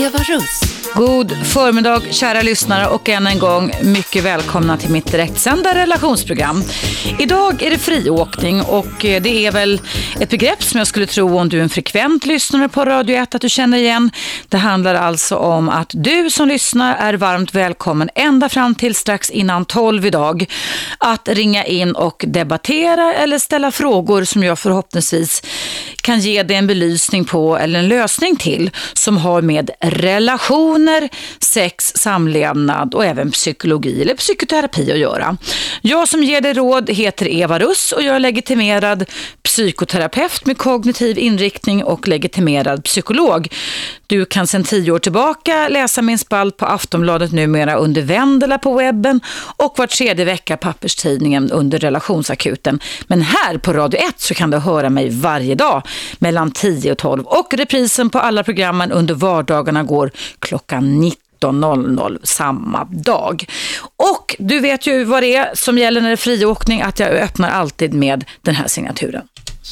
Eva Russ. God förmiddag kära lyssnare och än en gång mycket välkomna till mitt direktsända relationsprogram. Idag är det friåkning och det är väl ett begrepp som jag skulle tro om du är en frekvent lyssnare på Radio 1 att du känner igen. Det handlar alltså om att du som lyssnar är varmt välkommen ända fram till strax innan 12 idag att ringa in och debattera eller ställa frågor som jag förhoppningsvis kan ge dig en belysning på eller en lösning till som har med relationer, sex, samlevnad och även psykologi eller psykoterapi att göra. Jag som ger dig råd heter Eva Russ och jag är legitimerad psykoterapeut med kognitiv inriktning och legitimerad psykolog. Du kan sedan 10 år tillbaka läsa min spalt på Aftonbladet numera under Vendela på webben och var tredje vecka papperstidningen under Relationsakuten. Men här på Radio 1 så kan du höra mig varje dag mellan 10 och 12 och reprisen på alla programmen under vardagarna går klockan 19.00 samma dag. Och du vet ju vad det är som gäller när det är friåkning, att jag öppnar alltid med den här signaturen.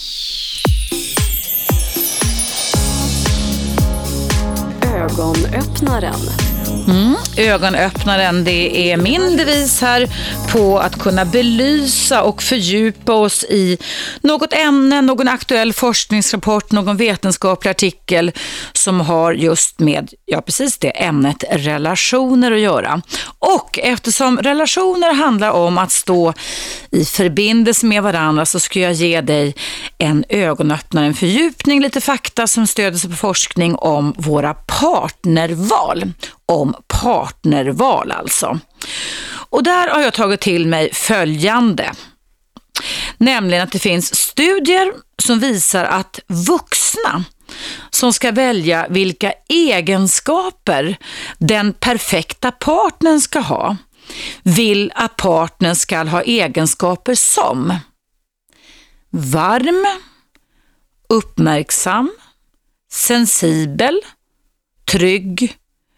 Ögonöppnaren. Ögonöppnaren, det är min devis här på att kunna belysa och fördjupa oss i något ämne, någon aktuell forskningsrapport, någon vetenskaplig artikel som har just med, ja precis det ämnet, relationer att göra. Och eftersom relationer handlar om att stå i förbindelse med varandra så ska jag ge dig en ögonöppnare, en fördjupning, lite fakta som stöder sig på forskning om våra partnerval. Om partnerval alltså. Och där har jag tagit till mig följande. Nämligen att det finns studier som visar att vuxna som ska välja vilka egenskaper den perfekta partnern ska ha vill att partnern ska ha egenskaper som varm, uppmärksam, sensibel, trygg,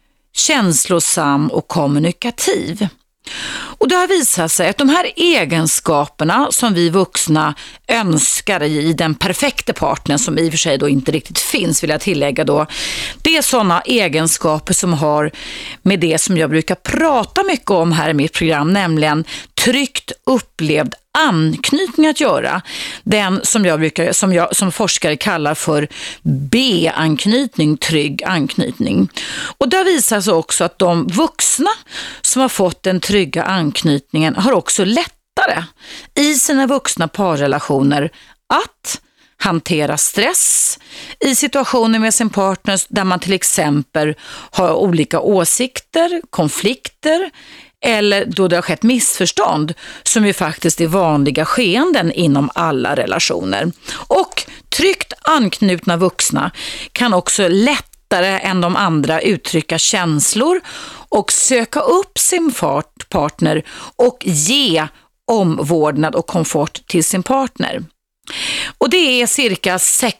känslosam och kommunikativ. Och det har visat sig att de här egenskaperna som vi vuxna önskar i den perfekta partnern, som i och för sig då inte riktigt finns, vill jag tillägga då, det är sådana egenskaper som har med det som jag brukar prata mycket om här i mitt program, nämligen tryggt upplevd anknytning att göra. Den som jag som forskare kallar för B-anknytning, trygg anknytning. Och där visar sig också att de vuxna som har fått den trygga anknytningen har också lättare i sina vuxna parrelationer att hantera stress i situationer med sin partner där man till exempel har olika åsikter, konflikter eller då det har skett missförstånd som ju faktiskt är vanliga skeenden inom alla relationer. Och tryggt anknutna vuxna kan också lättare än de andra uttrycka känslor och söka upp sin partner och ge omvårdnad och komfort till sin partner. Och det är cirka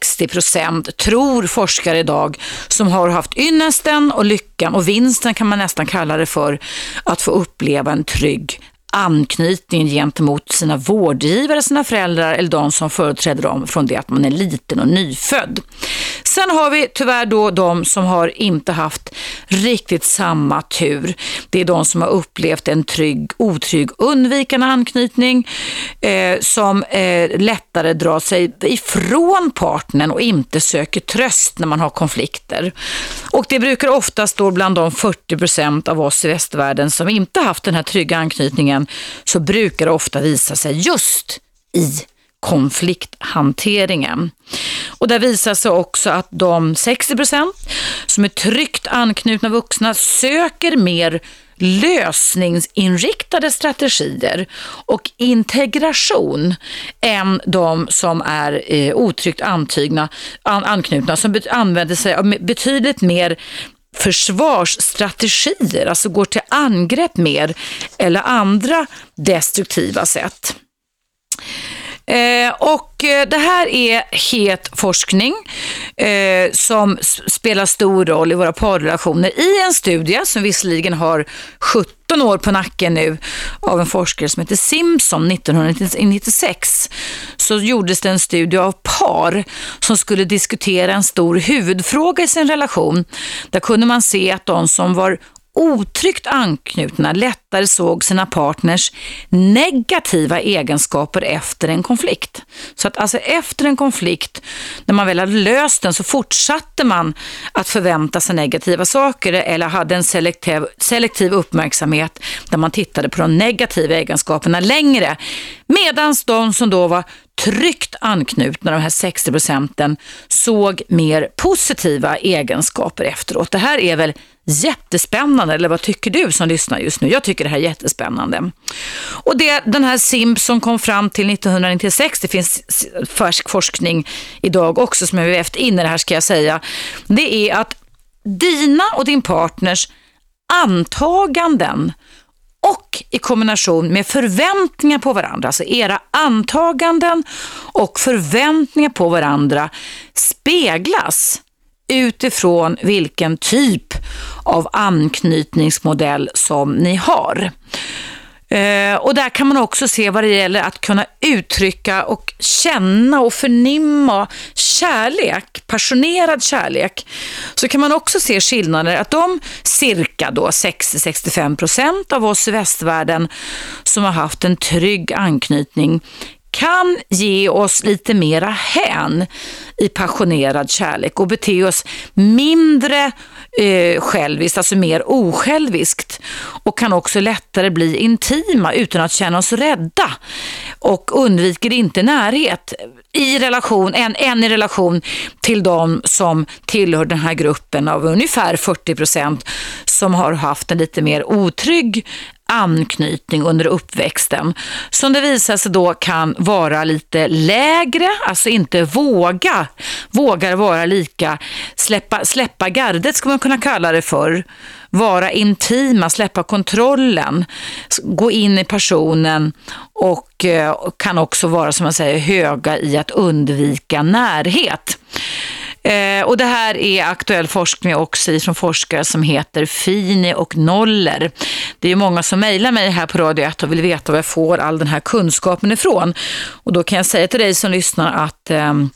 60% tror forskare idag som har haft ynnesten och lyckan och vinsten kan man nästan kalla det för att få uppleva en trygg anknytning gentemot sina vårdgivare, sina föräldrar eller de som företräder dem från det att man är liten och nyfödd. Sen har vi tyvärr då de som har inte haft riktigt samma tur. Det är de som har upplevt en otrygg, undvikande anknytning som lättare drar sig ifrån partnern och inte söker tröst när man har konflikter. Och det brukar oftast då bland de 40% av oss i västvärlden som inte haft den här trygga anknytningen så brukar det ofta visa sig just i konflikthanteringen. Och där visar sig också att de 60% som är tryggt anknutna vuxna söker mer lösningsinriktade strategier och integration än de som är otryggt anknutna som använder sig av betydligt mer försvarsstrategier, alltså går till angrepp mer eller andra destruktiva sätt. Och det här är het forskning som spelar stor roll i våra parrelationer i en studie som visserligen har 17 17 år på nacken nu av en forskare som heter Simpson. 1996 så gjordes det en studie av par som skulle diskutera en stor huvudfråga i sin relation. Där kunde man se att de som var otryggt anknutna lättare såg sina partners negativa egenskaper efter en konflikt. Så att alltså efter en konflikt, när man väl hade löst den, så fortsatte man att förvänta sig negativa saker eller hade en selektiv uppmärksamhet där man tittade på de negativa egenskaperna längre. Medan de som då var tryggt anknutna, de här 60%, såg mer positiva egenskaper efteråt. Det här är väl jättespännande, eller vad tycker du som lyssnar just nu? Jag tycker det här är jättespännande. Och den här Simpson kom fram till 1996, det finns färsk forskning idag också som jag har vävt in i det här, ska jag säga, det är att dina och din partners antaganden och i kombination med förväntningar på varandra, alltså era antaganden och förväntningar på varandra speglas utifrån vilken typ av anknytningsmodell som ni har. Och där kan man också se vad det gäller att kunna uttrycka och känna och förnimma kärlek, passionerad kärlek. Så kan man också se skillnader att de cirka då 60-65% av oss i västvärlden som har haft en trygg anknytning kan ge oss lite mera hän i passionerad kärlek och bete oss mindre själviskt, alltså mer osjälviskt, och kan också lättare bli intima utan att känna oss rädda och undviker inte närhet i relation, än i relation till de som tillhör den här gruppen av ungefär 40% som har haft en lite mer otrygg anknytning under uppväxten, som det visar sig då kan vara lite lägre, alltså inte vågar vara lika, släppa gardet ska man kunna kalla det för, vara intima, släppa kontrollen, gå in i personen och kan också vara, som man säger, höga i att undvika närhet. Och det här är aktuell forskning också från forskare som heter Fini och Noller. Det är många som mejlar mig här på Radio 1 och vill veta var jag får all den här kunskapen ifrån. Och då kan jag säga till dig som lyssnar att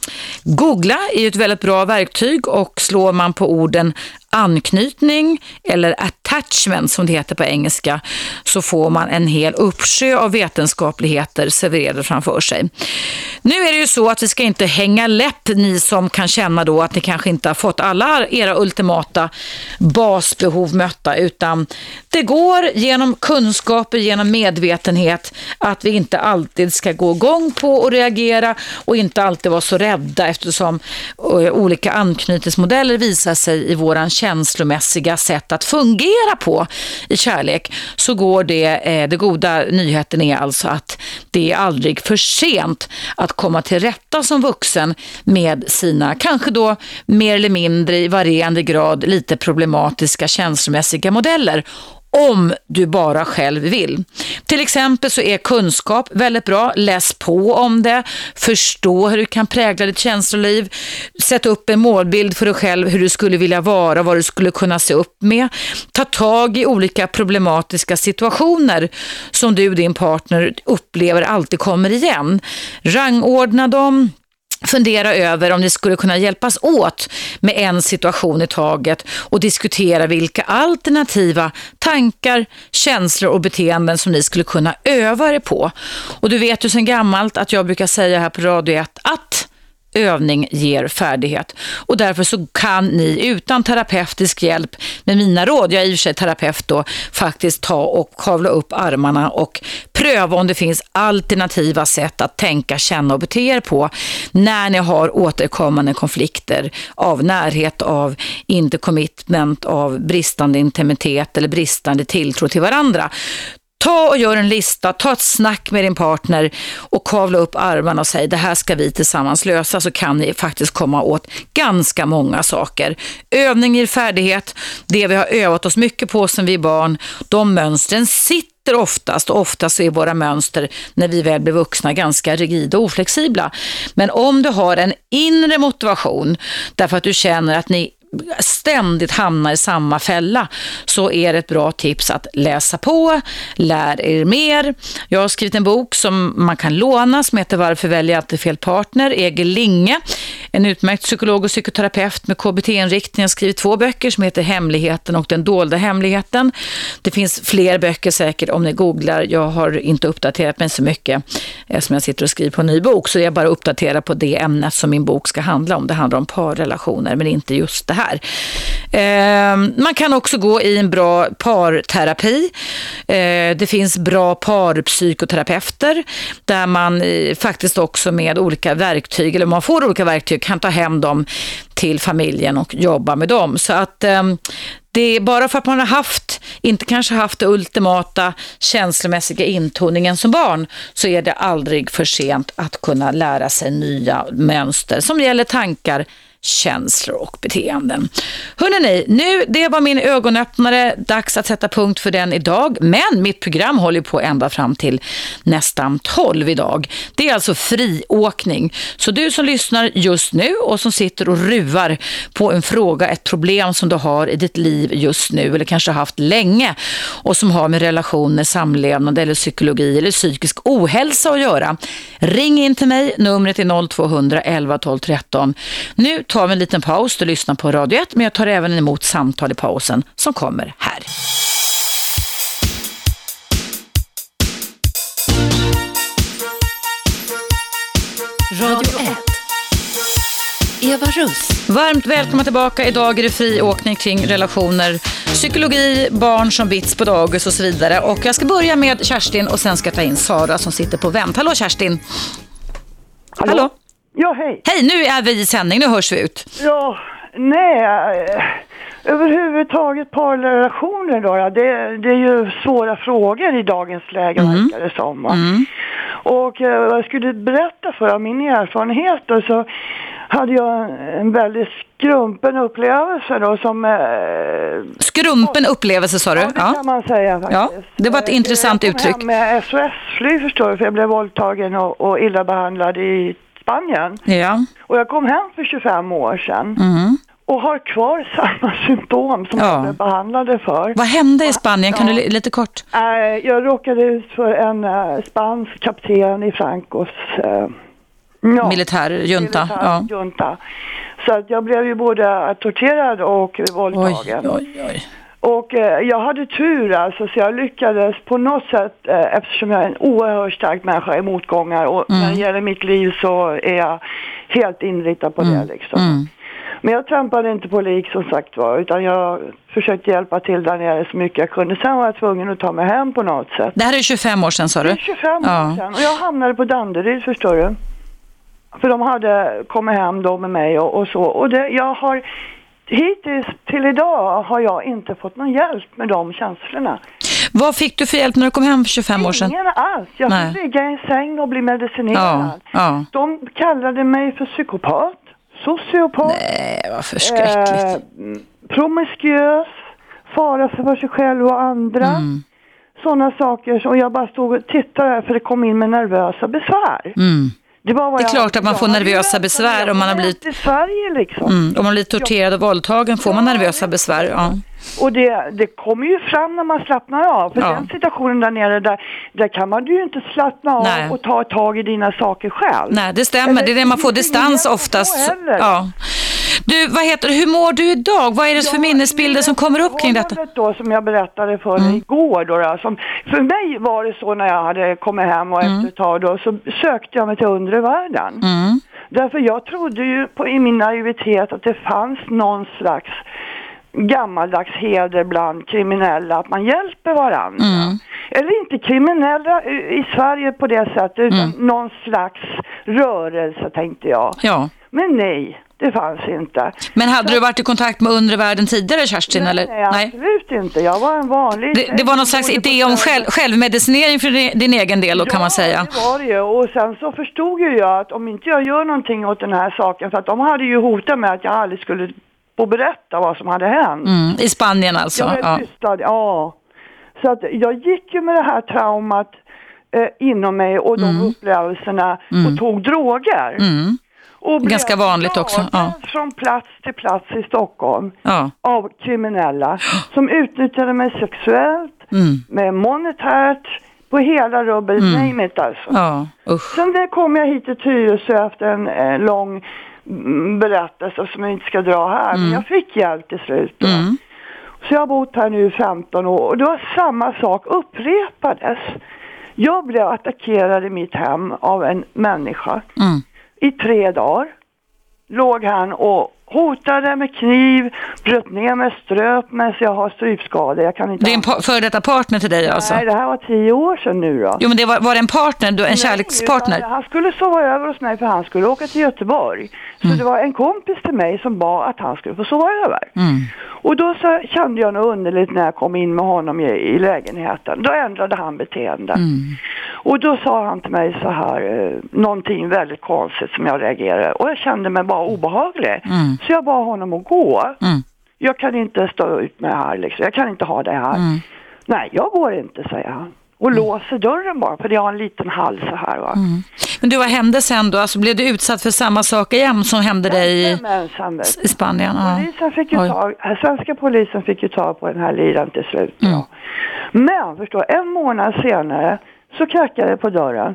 googla är ett väldigt bra verktyg, och slår man på orden anknytning eller attachment som det heter på engelska, så får man en hel uppsjö av vetenskapligheter serverade framför sig. Nu är det ju så att vi ska inte hänga läpp, ni som kan känna då att ni kanske inte har fått alla era ultimata basbehov mötta, utan det går genom kunskaper, genom medvetenhet, att vi inte alltid ska gå igång på och reagera och inte alltid vara så rädda, eftersom olika anknytningsmodeller visar sig i våran känslomässiga sätt att fungera på i kärlek. Så går det goda nyheten är alltså att det är aldrig för sent att komma till rätta som vuxen med sina, kanske då mer eller mindre i varierande grad, lite problematiska känslomässiga modeller, om du bara själv vill. Till exempel så är kunskap väldigt bra. Läs på om det. Förstå hur du kan prägla ditt känsloliv. Sätt upp en målbild för dig själv, hur du skulle vilja vara, vad du skulle kunna se upp med. Ta tag i olika problematiska situationer som du och din partner upplever alltid kommer igen. Rangordna dem. Fundera över om ni skulle kunna hjälpas åt med en situation i taget och diskutera vilka alternativa tankar, känslor och beteenden som ni skulle kunna öva er på. Och du vet ju sedan gammalt att jag brukar säga här på Radio 1 att övning ger färdighet, och därför så kan ni utan terapeutisk hjälp med mina råd, jag är i och för sig terapeut då, faktiskt ta och kavla upp armarna och pröva om det finns alternativa sätt att tänka, känna och bete er på när ni har återkommande konflikter av närhet, av intercommitment, av bristande intimitet eller bristande tilltro till varandra. Ta och gör en lista, ta ett snack med din partner och kavla upp armarna och säg det här ska vi tillsammans lösa, så kan ni faktiskt komma åt ganska många saker. Övning ger färdighet, det vi har övat oss mycket på sedan vi är barn, de mönstren sitter oftast, och oftast så är våra mönster när vi väl blir vuxna ganska rigida och oflexibla. Men om du har en inre motivation därför att du känner att ni ständigt hamnar i samma fälla, så är det ett bra tips att läsa på, lär er mer. Jag har skrivit en bok som man kan låna som heter Varför väljer jag alltid fel partner? Egil Linge, en utmärkt psykolog och psykoterapeut med KBT-inriktning, har skrivit 2 böcker som heter Hemligheten och Den dolda hemligheten. Det finns fler böcker säkert om ni googlar. Jag har inte uppdaterat mig så mycket som jag sitter och skriver på en ny bok, så jag bara uppdaterar på det ämnet som min bok ska handla om. Det handlar om parrelationer, men inte just det här. Man kan också gå i en bra parterapi. Det finns bra parpsykoterapeuter där man faktiskt också med olika verktyg, eller man får olika verktyg, kan ta hem dem till familjen och jobba med dem. Så att det är bara för att man har inte kanske haft det ultimata känslomässiga intoningen som barn, så är det aldrig för sent att kunna lära sig nya mönster som gäller tankar, känslor och beteenden. Hörrni, det var min ögonöppnare. Dags att sätta punkt för den idag. Men mitt program håller på ända fram till nästan 12 idag. Det är alltså friåkning. Så du som lyssnar just nu och som sitter och ruvar på en fråga, ett problem som du har i ditt liv just nu eller kanske haft länge och som har med relationer, samlevnad eller psykologi eller psykisk ohälsa att göra. Ring in till mig. Numret är 0200 11 12 13. Nu tar vi en liten paus och lyssnar på Radio 1, men jag tar även emot samtal i pausen som kommer här. Radio 1. Eva Russ. Varmt välkomna tillbaka. Idag är det friåkning kring relationer, psykologi, barn som bits på dagis och så vidare. Och jag ska börja med Kerstin och sen ska jag ta in Sara som sitter på vänt. Hallå Kerstin. Hallå. Ja, hej. Hej, nu är vi i sändning, nu hörs vi ut. Ja, nej. Överhuvudtaget parrelationer då, det är ju svåra frågor i dagens läge, verkar det som. Va? Och jag skulle berätta för min erfarenhet och så hade jag en väldigt skrumpen upplevelse då som... Skrumpen upplevelse sa du? Ja, det kan man säga faktiskt. Ja, det var ett intressant uttryck. Jag kom hem med SOS-fly förstår du, för jag blev våldtagen och illa behandlad i Spanien. Ja. Och jag kom hem för 25 år sedan. Och har kvar samma symptom som jag blev behandlade för. Vad hände i Spanien? Kan du lite kort? Jag råkade ut för en spansk kapten i Francos militärjunta. Junta. Så att jag blev ju både torterad och våldtagen. Oj. Och jag hade tur alltså, så jag lyckades på något sätt, eftersom jag är en oerhört stark människa i motgångar och när det gäller mitt liv så är jag helt inriktad på det liksom. Men jag trampade inte på lik som sagt var, utan jag försökte hjälpa till där nere så mycket jag kunde. Sen var jag tvungen att ta mig hem på något sätt. Det här är 25 år sedan sa du? Det är 25 år sedan och jag hamnade på Danderyd förstår du. För de hade kommit hem då med mig och så. Och jag har hittills till idag har jag inte fått någon hjälp med de känslorna. Vad fick du för hjälp när du kom hem för 25 år sedan? Ingen alls. Jag fick ligga i en säng och bli medicinerad. Ja. De kallade mig för psykopat, sociopat. Nej, vad förskräckligt. Promiskuös, fara för sig själv och andra. Sådana saker. Och jag bara stod och tittade för det kom in med nervösa besvär. Det är klart att man får nervösa besvär om man har blivit i Sverige liksom. Om man blir torterad och våldtagen får man nervösa besvär. Ja. Och det kommer ju fram när man slappnar av. För den situationen där nere, där kan man ju inte slappna av och ta tag i dina saker själv. Nej, det stämmer. Det är det man får distans oftast. Ja. Du, hur mår du idag? Vad är det för minnesbilder som kommer upp kring detta? Då, som jag berättade för dig igår då, som för mig var det så när jag hade kommit hem och efter ett tag då, så sökte jag mig till undre världen. Därför jag trodde ju i min naivitet att det fanns någon slags gammaldags heder bland kriminella, att man hjälper varandra. Eller inte kriminella i Sverige på det sättet, utan någon slags rörelse tänkte jag. Ja. Men nej, det fanns inte. Men hade du varit i kontakt med undre världen tidigare, Kerstin? Nej, absolut inte. Jag var en vanlig... Det var någon slags idé om självmedicinering för din egen del, kan man säga. Ja, det var det ju. Och sen så förstod ju jag att om inte jag gör någonting åt den här saken, för att de hade ju hotat med att jag aldrig skulle få berätta vad som hade hänt. I Spanien alltså? Jag blev tystad, Så att jag gick ju med det här traumat inom mig och de upplevelserna och tog droger. Och ganska vanligt också. Ja. Från plats till plats i Stockholm. Ja. Av kriminella som utnyttjade mig sexuellt, med monetärt, på hela rubbel, name it alltså. Ja, usch. Sen kom jag hit till Tyresö efter en lång berättelse som jag inte ska dra här. Men jag fick hjälp till slut då. Så jag har bott här nu i 15 år och då var samma sak upprepades. Jag blev attackerad i mitt hem av en människa. I 3 dagar låg han och hotade med kniv, bröt ner med, ströp med, så jag har strypskador. Jag kan inte. Det är en före detta partner till dig alltså? Nej, det här var 10 år sedan nu då. Jo, men det var det en partner, en kärlekspartner? Han skulle sova över hos mig för han skulle åka till Göteborg. Så det var en kompis till mig som bad att han skulle få sova över. Och då så kände jag något underligt när jag kom in med honom i lägenheten. Då ändrade han beteende. Och då sa han till mig så här, någonting väldigt konstigt som jag reagerade. Och jag kände mig bara obehaglig. Så jag bad honom att gå. Jag kan inte stå ut med det här liksom. Jag kan inte ha det här. Nej, jag går inte, säger han. Och låser dörren bara, för det har en liten hals så här va. Men du, vad hände sen då? Alltså, blev du utsatt för samma sak igen som hände dig i Spanien? Polisen fick ju svenska polisen fick ju ta på den här liran till slut. Ja. Men förstå, en månad senare så knackade det på dörren.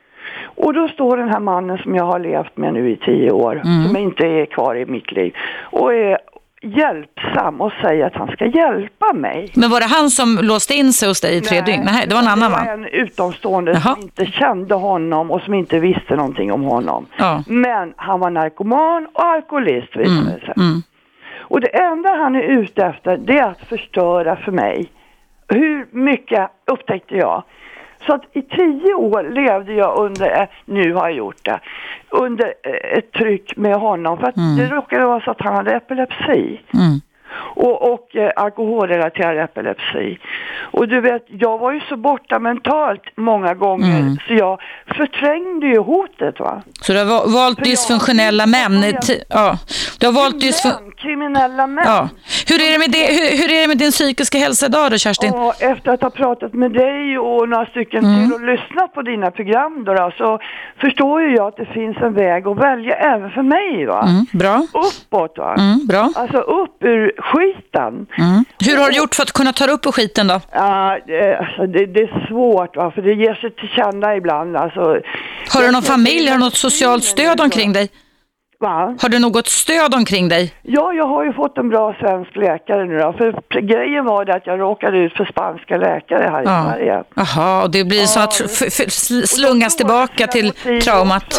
Och då står den här mannen som jag har levt med nu i 10 år, som inte är kvar i mitt liv, och är hjälpsam och säger att han ska hjälpa mig. Men var det han som låste in sig hos dig i 3 dygn? Nej, det var en annan man. Det var en utomstående som inte kände honom och som inte visste någonting om honom. Men han var narkoman och alkoholist, visade sig. Och det enda han är ute efter, det är att förstöra för mig. Hur mycket upptäckte jag? Så att i 10 år levde jag under, nu har jag gjort det, under ett tryck med honom. För att det råkade vara så att han hade epilepsi. Och alkoholrelaterad epilepsi. Och du vet, jag var ju så borta mentalt många gånger så jag förträngde ju hotet va. Så du har valt dysfunktionella män? Ja. Du har valt kriminella män. Ja. Hur är det med din psykiska hälsa idag då, Kerstin? Ja, efter att ha pratat med dig och några stycken till och lyssnat på dina program då, så förstår ju jag att det finns en väg att välja även för mig va. Bra. Uppåt va. Bra. Alltså upp ur skiten. Hur har du gjort för att kunna ta upp ur skiten då? Ja, det är svårt va, för det ger sig till känna ibland. Alltså, har du någon familj, har du något socialt stöd omkring dig? Va? Har du något stöd omkring dig? Ja, jag har ju fått en bra svensk läkare nu då. För grejen var det att jag råkade ut för spanska läkare här i Sverige. Jaha, och det blir så att slungas tillbaka till traumat.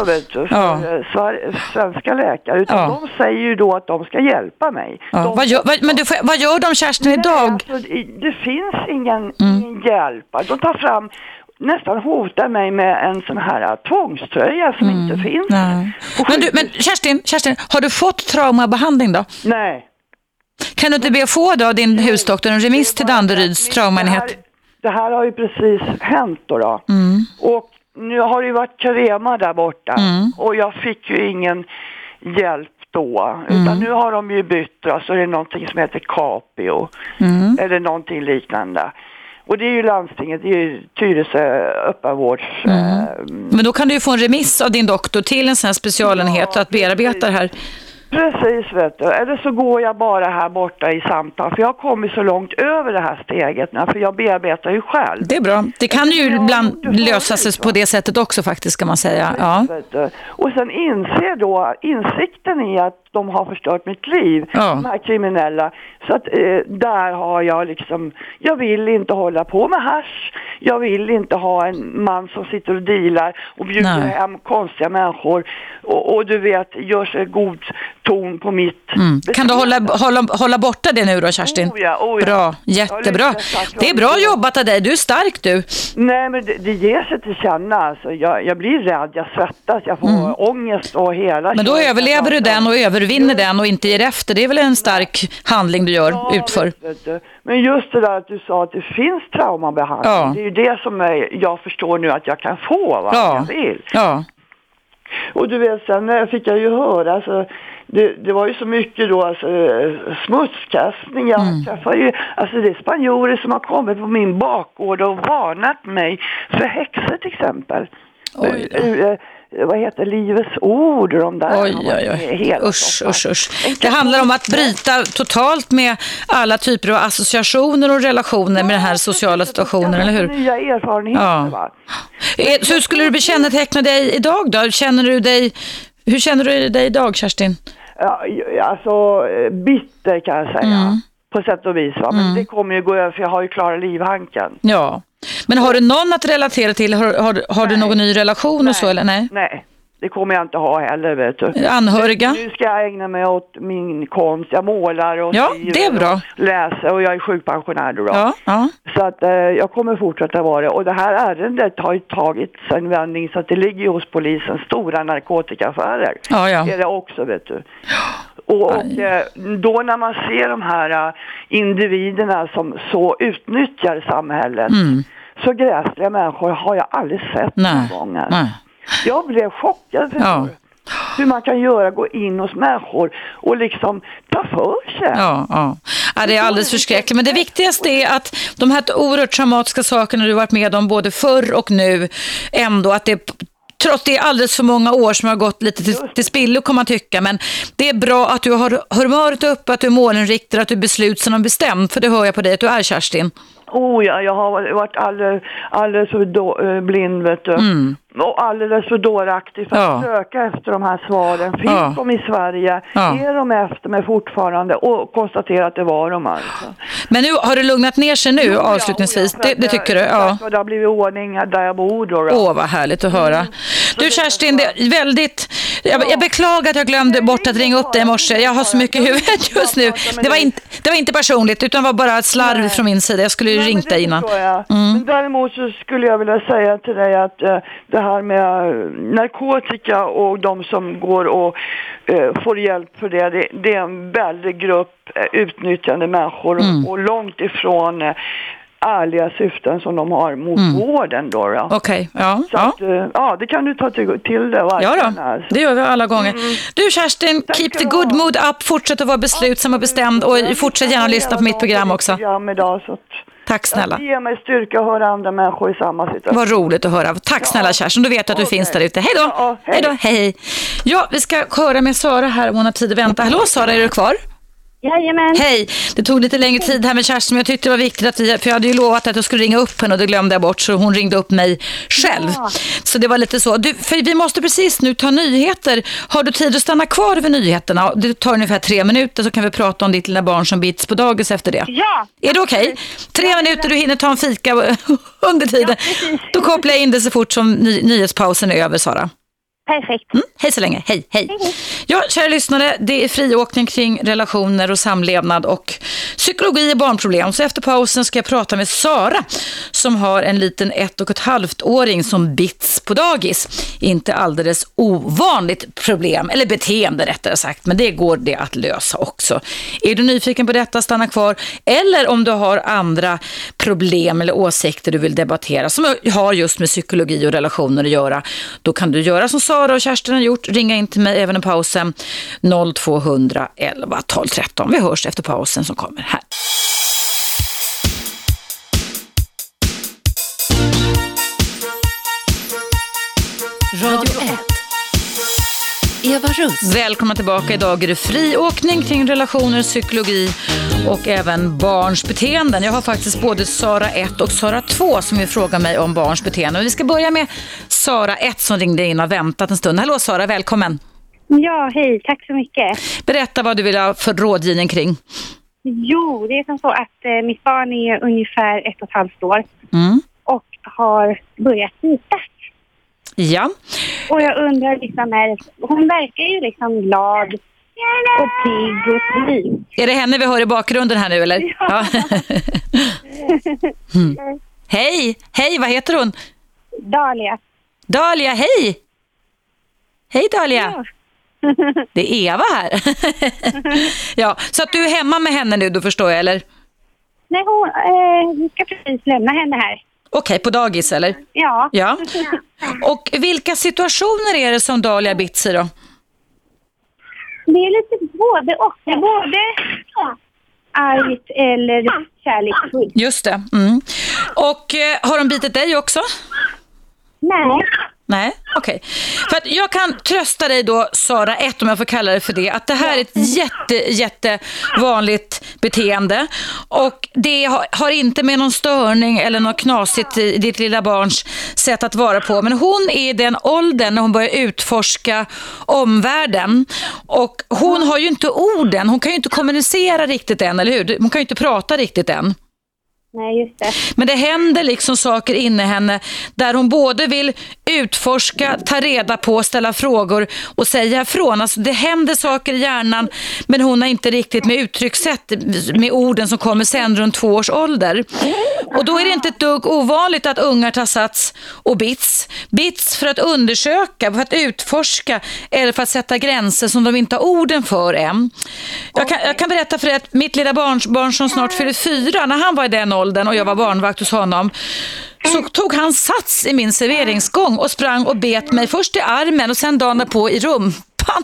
Svenska läkare. Utan de säger ju då att de ska hjälpa mig. Vad gör de, Kerstin, idag? Alltså, det finns ingen hjälp. De tar fram... nästan hotar mig med en sån här tvångströja som inte finns. Men Kerstin, har du fått traumabehandling då? Nej. Kan du inte be få då din husdoktor en remiss till Danderyds traumaenhet? Det här har ju precis hänt då. Och nu har det ju varit Carema där borta. Och jag fick ju ingen hjälp då. Utan nu har de ju bytt, så det är någonting som heter Capio. Eller någonting liknande. Och det är ju landstinget, det är ju Tyresö öppenvårds... Men då kan du ju få en remiss av din doktor till en sån här specialenhet att bearbeta det här. Precis, vet du. Eller så går jag bara här borta i samtal. För jag har kommit så långt över det här steget nu. För jag bearbetar ju själv. Det är bra. Det kan ju ibland lösa sig på det sättet också faktiskt, kan man säga. Ja. Och sen insikten i att de har förstört mitt liv, de här kriminella. Så att där har jag liksom, jag vill inte hålla på med hasch. Jag vill inte ha en man som sitter och dealar och bjuder hem konstiga människor. Och du vet, gör sig god ton på mitt... Kan du hålla borta det nu då, Kerstin? Oh ja. Bra, jättebra. Det är bra jobbat av dig, du är stark du. Nej, men det ger sig till känna. Alltså, jag blir rädd, jag svettas, jag får ångest och hela... Men då överlever du den och övervinner den och inte ger efter. Det är väl en stark handling du utför. Men just det där att du sa att det finns traumabehandling, det är ju det som jag förstår nu att jag kan få, vad jag vill. Ja. Och du vet, sen fick jag ju höra, alltså, det var ju så mycket då, alltså, smutskastning. Jag träffade ju, alltså det är spanjorer som har kommit på min bakgård och varnat mig för häxor till exempel. vad heter Livets ord och de där. Oj. Usch. Det handlar om att bryta totalt med alla typer av associationer och relationer med den här sociala situationen, eller hur? Nya erfarenheter, va? Så hur skulle du beteckna dig idag då? Hur känner du dig idag, Kerstin? Ja, alltså bitter kan jag säga. På sätt och vis, va? Men det kommer ju gå över, för jag har ju klarat livhanken. Ja. Men har du någon att relatera till? Har du någon ny relation och så, eller nej? Nej, det kommer jag inte ha heller, vet du. Anhöriga? Nu ska jag ägna mig åt min konst. Jag målar och skriver, det är bra. Och läser, och jag är sjukpensionär då. Ja. Så att jag kommer fortsätta vara det. Och det här ärendet har ju tagit en vändning så att det ligger ju hos polisen stora narkotikaaffärer. Ja. Det är det också, vet du. Och då när man ser de här individerna som så utnyttjar samhället, så gräsliga människor har jag aldrig sett någon gång. Jag blev chockad för hur man kan gå in hos människor och liksom ta för sig. Ja, det är alldeles förskräckligt. Men det viktigaste är att de här oerhört traumatiska sakerna du varit med om både förr och nu, ändå att det trots det är alldeles för många år som har gått lite till spillo, kan man tycka. Men det är bra att du har humöret uppe, att du är målinriktad, att du är beslutsam och bestämd. För det hör jag på dig att du är, Kerstin. Jag har varit alldeles för blind, vet du. Och alldeles för dåraktig för att söka efter de här svaren. Finns de i Sverige? Är de efter mig fortfarande? Och konstatera att det var de alltså. Men nu har du lugnat ner sig nu avslutningsvis? Det tycker du? Ja. Det har blivit ordning där jag bor då. Vad härligt att höra. Du, Kerstin, det är väldigt... Jag beklagar att jag glömde bort att ringa upp dig i morse. Jag har så mycket i huvudet just nu. Det var inte personligt, utan var bara ett slarv från min sida. Jag skulle ju ringt dig innan. Men däremot så skulle jag vilja säga till dig att det här med narkotika och de som går och får hjälp för det är en väldig grupp utnyttjande människor och långt ifrån ärliga syften som de har mot vården då. Okej, det kan du ta till det. Det gör vi alla gånger. Du, Kerstin, keep the good mood up, fortsätt att vara beslutsam och bestämd och fortsätt gärna lyssna på mitt program också. Tack snälla. Det ger mig styrka att höra andra människor i samma situation. Vad roligt att höra. Tack snälla, Kerstin, du vet att du finns där ute. Hej då! Hej. Ja, vi ska höra med Sara här om hon har tid att vänta. Hallå Sara, är du kvar? Jajamän. Hej, det tog lite längre tid här med Kerstin, men jag tyckte det var viktigt att för jag hade ju lovat att jag skulle ringa upp henne och det glömde jag bort, så hon ringde upp mig själv. Så det var lite så. För vi måste precis nu ta nyheter. Har du tid att stanna kvar vid nyheterna? Det tar ungefär 3 minuter, så kan vi prata om ditt lilla barn som bits på dagis efter det. Ja. Är det okej? 3 minuter, du hinner ta en fika under tiden. Då kopplar jag in det så fort som nyhetspausen är över, Sara. Perfekt. Hej så länge. Hej. Ja, kära lyssnare, det är friåkning kring relationer och samlevnad och psykologi och barnproblem. Så efter pausen ska jag prata med Sara som har en liten 1,5-åring som bits på dagis. Inte alldeles ovanligt problem, eller beteende rättare sagt, men det går det att lösa också. Är du nyfiken på detta, stanna kvar. Eller om du har andra problem eller åsikter du vill debattera som har just med psykologi och relationer att göra, då kan du göra som Sara och Kerstin har gjort. Ringa in till mig även i pausen 0200 11 12 13. Vi hörs efter pausen som kommer här. Radio 1. Eva Russ. Välkomna tillbaka. Idag är det friåkning kring relationer, psykologi och även barns beteenden. Jag har faktiskt både Sara 1 och Sara 2 som vill fråga mig om barns beteenden. Vi ska börja med Sara 1 som ringde in och väntat en stund. Hallå Sara, välkommen. Ja, hej. Tack så mycket. Berätta vad du vill ha för rådgivning kring. Jo, det är som så att mitt barn är ungefär 1,5 år och har börjat bita. Ja. Och jag undrar liksom, hon verkar ju liksom glad och pigg och trivs. Är det henne vi hör i bakgrunden här nu eller? Ja. Hej, vad heter hon? Dahlia, hej! Hej Dahlia! Ja. Det är Eva här. Ja, så att du är hemma med henne nu, då förstår jag, eller? Nej, vi ska precis lämna henne här. Okej, på dagis eller? Ja. Och vilka situationer är det som Dahlia bits i då? Det är lite både och. Det är både argt eller kärleksfullt. Just det. Och har de bitit dig också? Nej. Nej, okej. Okej. För att jag kan trösta dig då, Sara 1, om jag får kalla det för det, att det här är ett jättevanligt beteende, och det har inte med någon störning eller något knasigt i ditt lilla barns sätt att vara på, men hon är i den åldern när hon börjar utforska omvärlden, och hon har ju inte orden, hon kan ju inte kommunicera riktigt än, eller hur? Hon kan ju inte prata riktigt än. Nej, just det. Men det händer liksom saker inne henne där hon både vill utforska, ta reda på, ställa frågor och säga ifrån. Alltså det händer saker i hjärnan, men hon har inte riktigt med uttryckssätt med orden som kommer sen runt 2 års ålder. Och då är det inte ett dugg ovanligt att ungar tar sats och bits för att undersöka, för att utforska eller för att sätta gränser som de inte har orden för än. Jag kan berätta för dig att mitt lilla barn som snart fyller 4, när han var i den åldern och jag var barnvakt hos honom, så tog han sats i min serveringsgång och sprang och bet mig först i armen och sen dagen på i rumpan.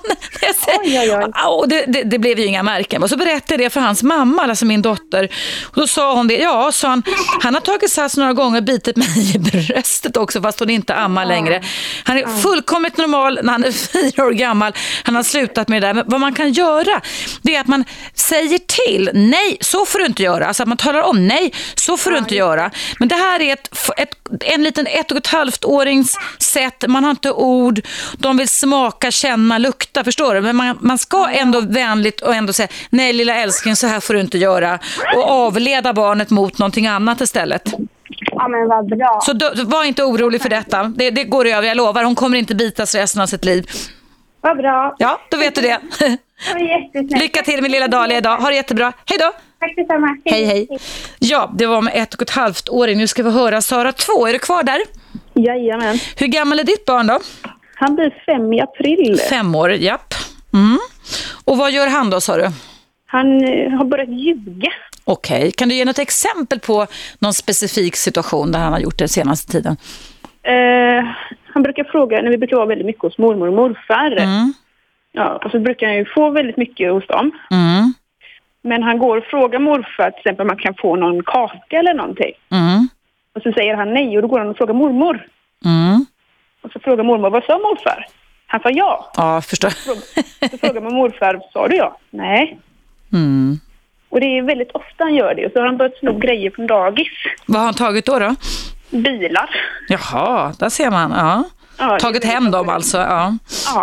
Och det blev ju inga märken. Och så berättade jag det för hans mamma, alltså min dotter. Och då sa hon det, sa han har tagit sats några gånger och bitit mig i bröstet också, fast hon inte ammar längre. Han är fullkomligt normal när han är 4 år gammal. Han har slutat med det där. Men vad man kan göra, det är att man säger till, nej, så får du inte göra. Alltså att man talar om, nej, så får du inte göra. Men det här är en liten 1,5-årings sätt. Man har inte ord, de vill smaka, känna, lukta, förstår du? Men man ska ändå vänligt och ändå säga, nej lilla älskling, så här får du inte göra, och avleda barnet mot någonting annat istället. Ja, men vad bra. Så var inte orolig för detta. Det går över, jag lovar. Hon kommer inte bitas resten av sitt liv. Vad bra. Ja, då vet du det. Lycka till med lilla Dahlia idag. Ha det jättebra. Hej då. Tack detsamma. Hej. Ja, det var med 1,5-åring. Nu ska vi höra Sara 2. Är du kvar där? Jajamän. Hur gammal är ditt barn då? Han blir 5 i april. 5 år, japp. Och vad gör han då, sa du? Han har börjat ljuga. Okej. Kan du ge något exempel på någon specifik situation där han har gjort det senaste tiden? Han brukar fråga, när vi brukar vara väldigt mycket hos mormor och morfar. Ja, och så brukar han ju få väldigt mycket hos dem. Men han går och frågar morfar till exempel om man kan få någon kaka eller någonting. Och så säger han nej, och då går han och frågar mormor. Och så frågar mormor, vad sa morfar? Han sa ja. Ja, förstår. Så frågar man morfar, sa du ja? Nej. Och det är väldigt ofta han gör det. Och så har han börjat sno grejer från dagis. Vad har han tagit då? Bilar. Jaha, där ser man. Ja, tagit hem dem alltså. Ja.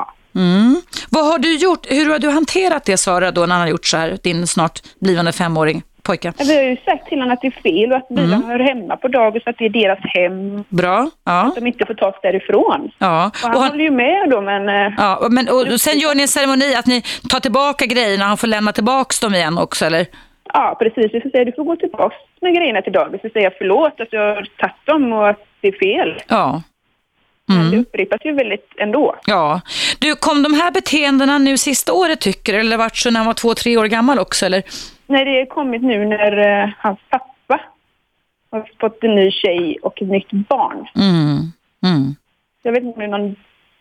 Vad har du gjort? Hur har du hanterat det, Sara, då, när han har gjort så här, din snart blivande 5-åring pojke? Vi har ju sagt till honom att det är fel och att bilarna hör hemma på dagis, att det är deras hem. Bra, ja. Att de inte får tas därifrån. Ja. Och han håller ju med då, men... Ja, och sen gör ni en ceremoni att ni tar tillbaka grejerna och han får lämna tillbaka dem igen också, eller? Ja, precis. Vi får säga, du får gå tillbaka med grejerna till dagis och säga förlåt att jag har tagit dem och att det är fel. Ja. Men det upprepas ju väldigt ändå. Ja. Du, kom de här beteendena nu sista året, tycker du? Eller vart så när han var 2-3 år gammal också, eller? Nej, det är kommit nu när hans pappa har fått en ny tjej och ett nytt barn. Jag vet inte om det är